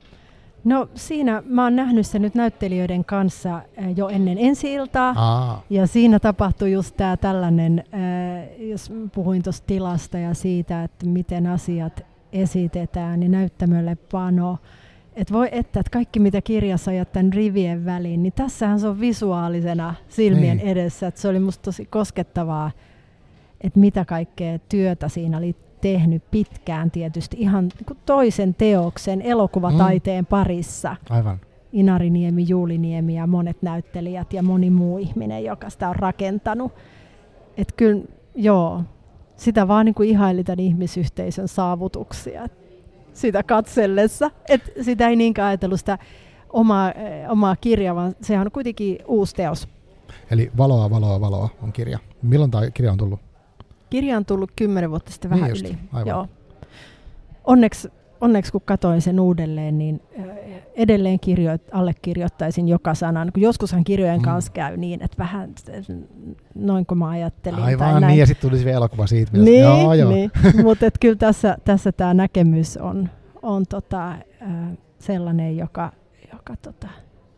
No siinä mä oon nähnyt sen nyt näyttelijöiden kanssa jo ennen ensi-iltaa. Aa. Ja siinä tapahtui just tää tällainen, jos puhuin tuosta tilasta ja siitä, että miten asiat esitetään, niin näyttämölle pano. Että voi että, että kaikki mitä kirjassa ajat tämän rivien väliin, niin tässähän se on visuaalisena silmien niin edessä. Että se oli musta tosi koskettavaa, että mitä kaikkea työtä siinä oli tehnyt pitkään tietysti ihan toisen teoksen elokuvataiteen mm. parissa. Aivan. Inariniemi, Juuliniemi ja monet näyttelijät ja moni muu ihminen, joka sitä on rakentanut. Että kyllä, joo, sitä vaan niin kuin ihaili tämän ihmisyhteisön saavutuksia sitä katsellessa. Että sitä ei niinkään ajatellut sitä omaa, omaa kirjaa, vaan sehän on kuitenkin uusi teos. Eli Valoa, valoa, valoa on kirja. Milloin tämä kirja on tullut? Kirja on tullut kymmenen vuotta sitten vähän niin yli. Aivan. Joo. Onneksi, onneksi kun katsoin sen uudelleen, niin edelleen kirjoit, allekirjoittaisin joka sanan. Kun joskushan kirjojen mm. kanssa käy niin, että vähän noin kuin mä ajattelin. Aivan, tai näin. niin ja sitten tulisi vielä elokuva siitä. Myös. Niin, joo, joo. niin. Mutta kyllä tässä, tässä tämä näkemys on, on tota, äh, sellainen, joka, joka tota,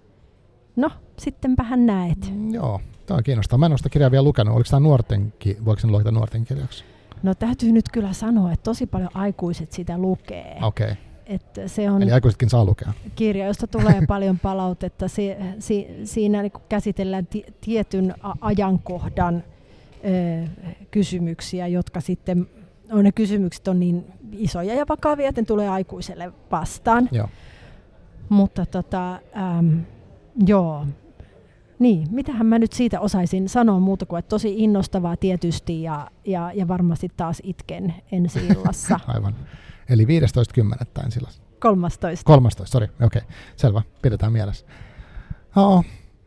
no sittenpähän näet. Mm, joo. Tämä on kiinnostavaa. Mä en ole sitä kirjaa vielä lukenut. Oliko tämä nuortenkin, voiko sen luokita nuorten kirjaksi? No täytyy nyt kyllä sanoa, että tosi paljon aikuiset sitä lukee. Okei. Että se on eli aikuisetkin saa lukea. Kirja, josta tulee paljon palautetta. Si, si, siinä niin käsitellään t- tietyn a- ajankohdan ö, kysymyksiä, jotka sitten, on ne kysymykset on niin isoja ja vakavia, että ne tulee aikuiselle vastaan. Joo. Mutta tota, äm, joo. Niin, mitähän mä nyt siitä osaisin sanoa muuta kuin, että tosi innostavaa tietysti ja, ja, ja varmasti taas itken ensi-illassa. Aivan. Eli viidestoista kymmenettä ensi-illassa. kolmastoista kolmastoista, sori. Okei, okay. Selvä. Pidetään mielessä. Oh.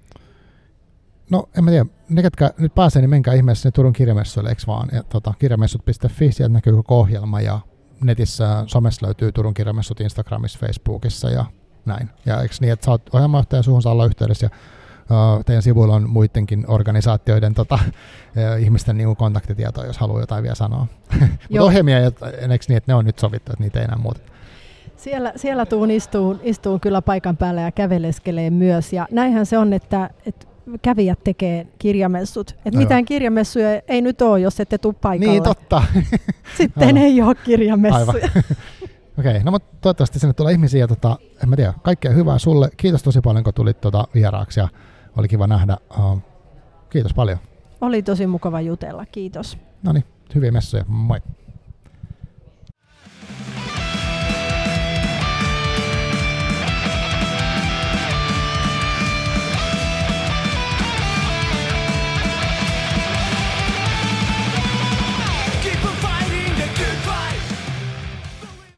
No, en mä tiedä. Ne, ketkä nyt pääsee, niin menkää ihmeessä ne Turun kirjamessuille, eikö vaan? Ja, tota, kirjamessut piste fi, sieltä näkyy koko ohjelma ja netissä, somessa löytyy Turun kirjamessut Instagramissa, Facebookissa ja näin. Ja eikö niin, että sä oot ohjelmajohtajan suhun saa olla yhteydessä ja Uh, teidän sivuilla on muidenkin organisaatioiden tota, uh, ihmisten niinku kontaktitietoa, jos haluaa jotain vielä sanoa. Mutta ohjelmia, eikö niin, että ne on nyt sovittu, että niitä ei enää muuta? Siellä, siellä tuun istuu, istuu kyllä paikan päällä ja käveleskelee myös. Ja näinhän se on, että, että kävijät tekee kirjamessut. Että mitään kirjamessuja ei nyt ole, jos ette tule paikalle. Niin, totta. Sitten ei ole kirjamessuja. Okei, okay, no mutta toivottavasti sinne tulee ihmisiä, tota, en mä tiedä, kaikkea hyvää sulle. Kiitos tosi paljon, kun tulit tota vieraaksi ja oli kiva nähdä. Uh, kiitos paljon. Oli tosi mukava jutella, kiitos. No niin, hyviä messuja, moi.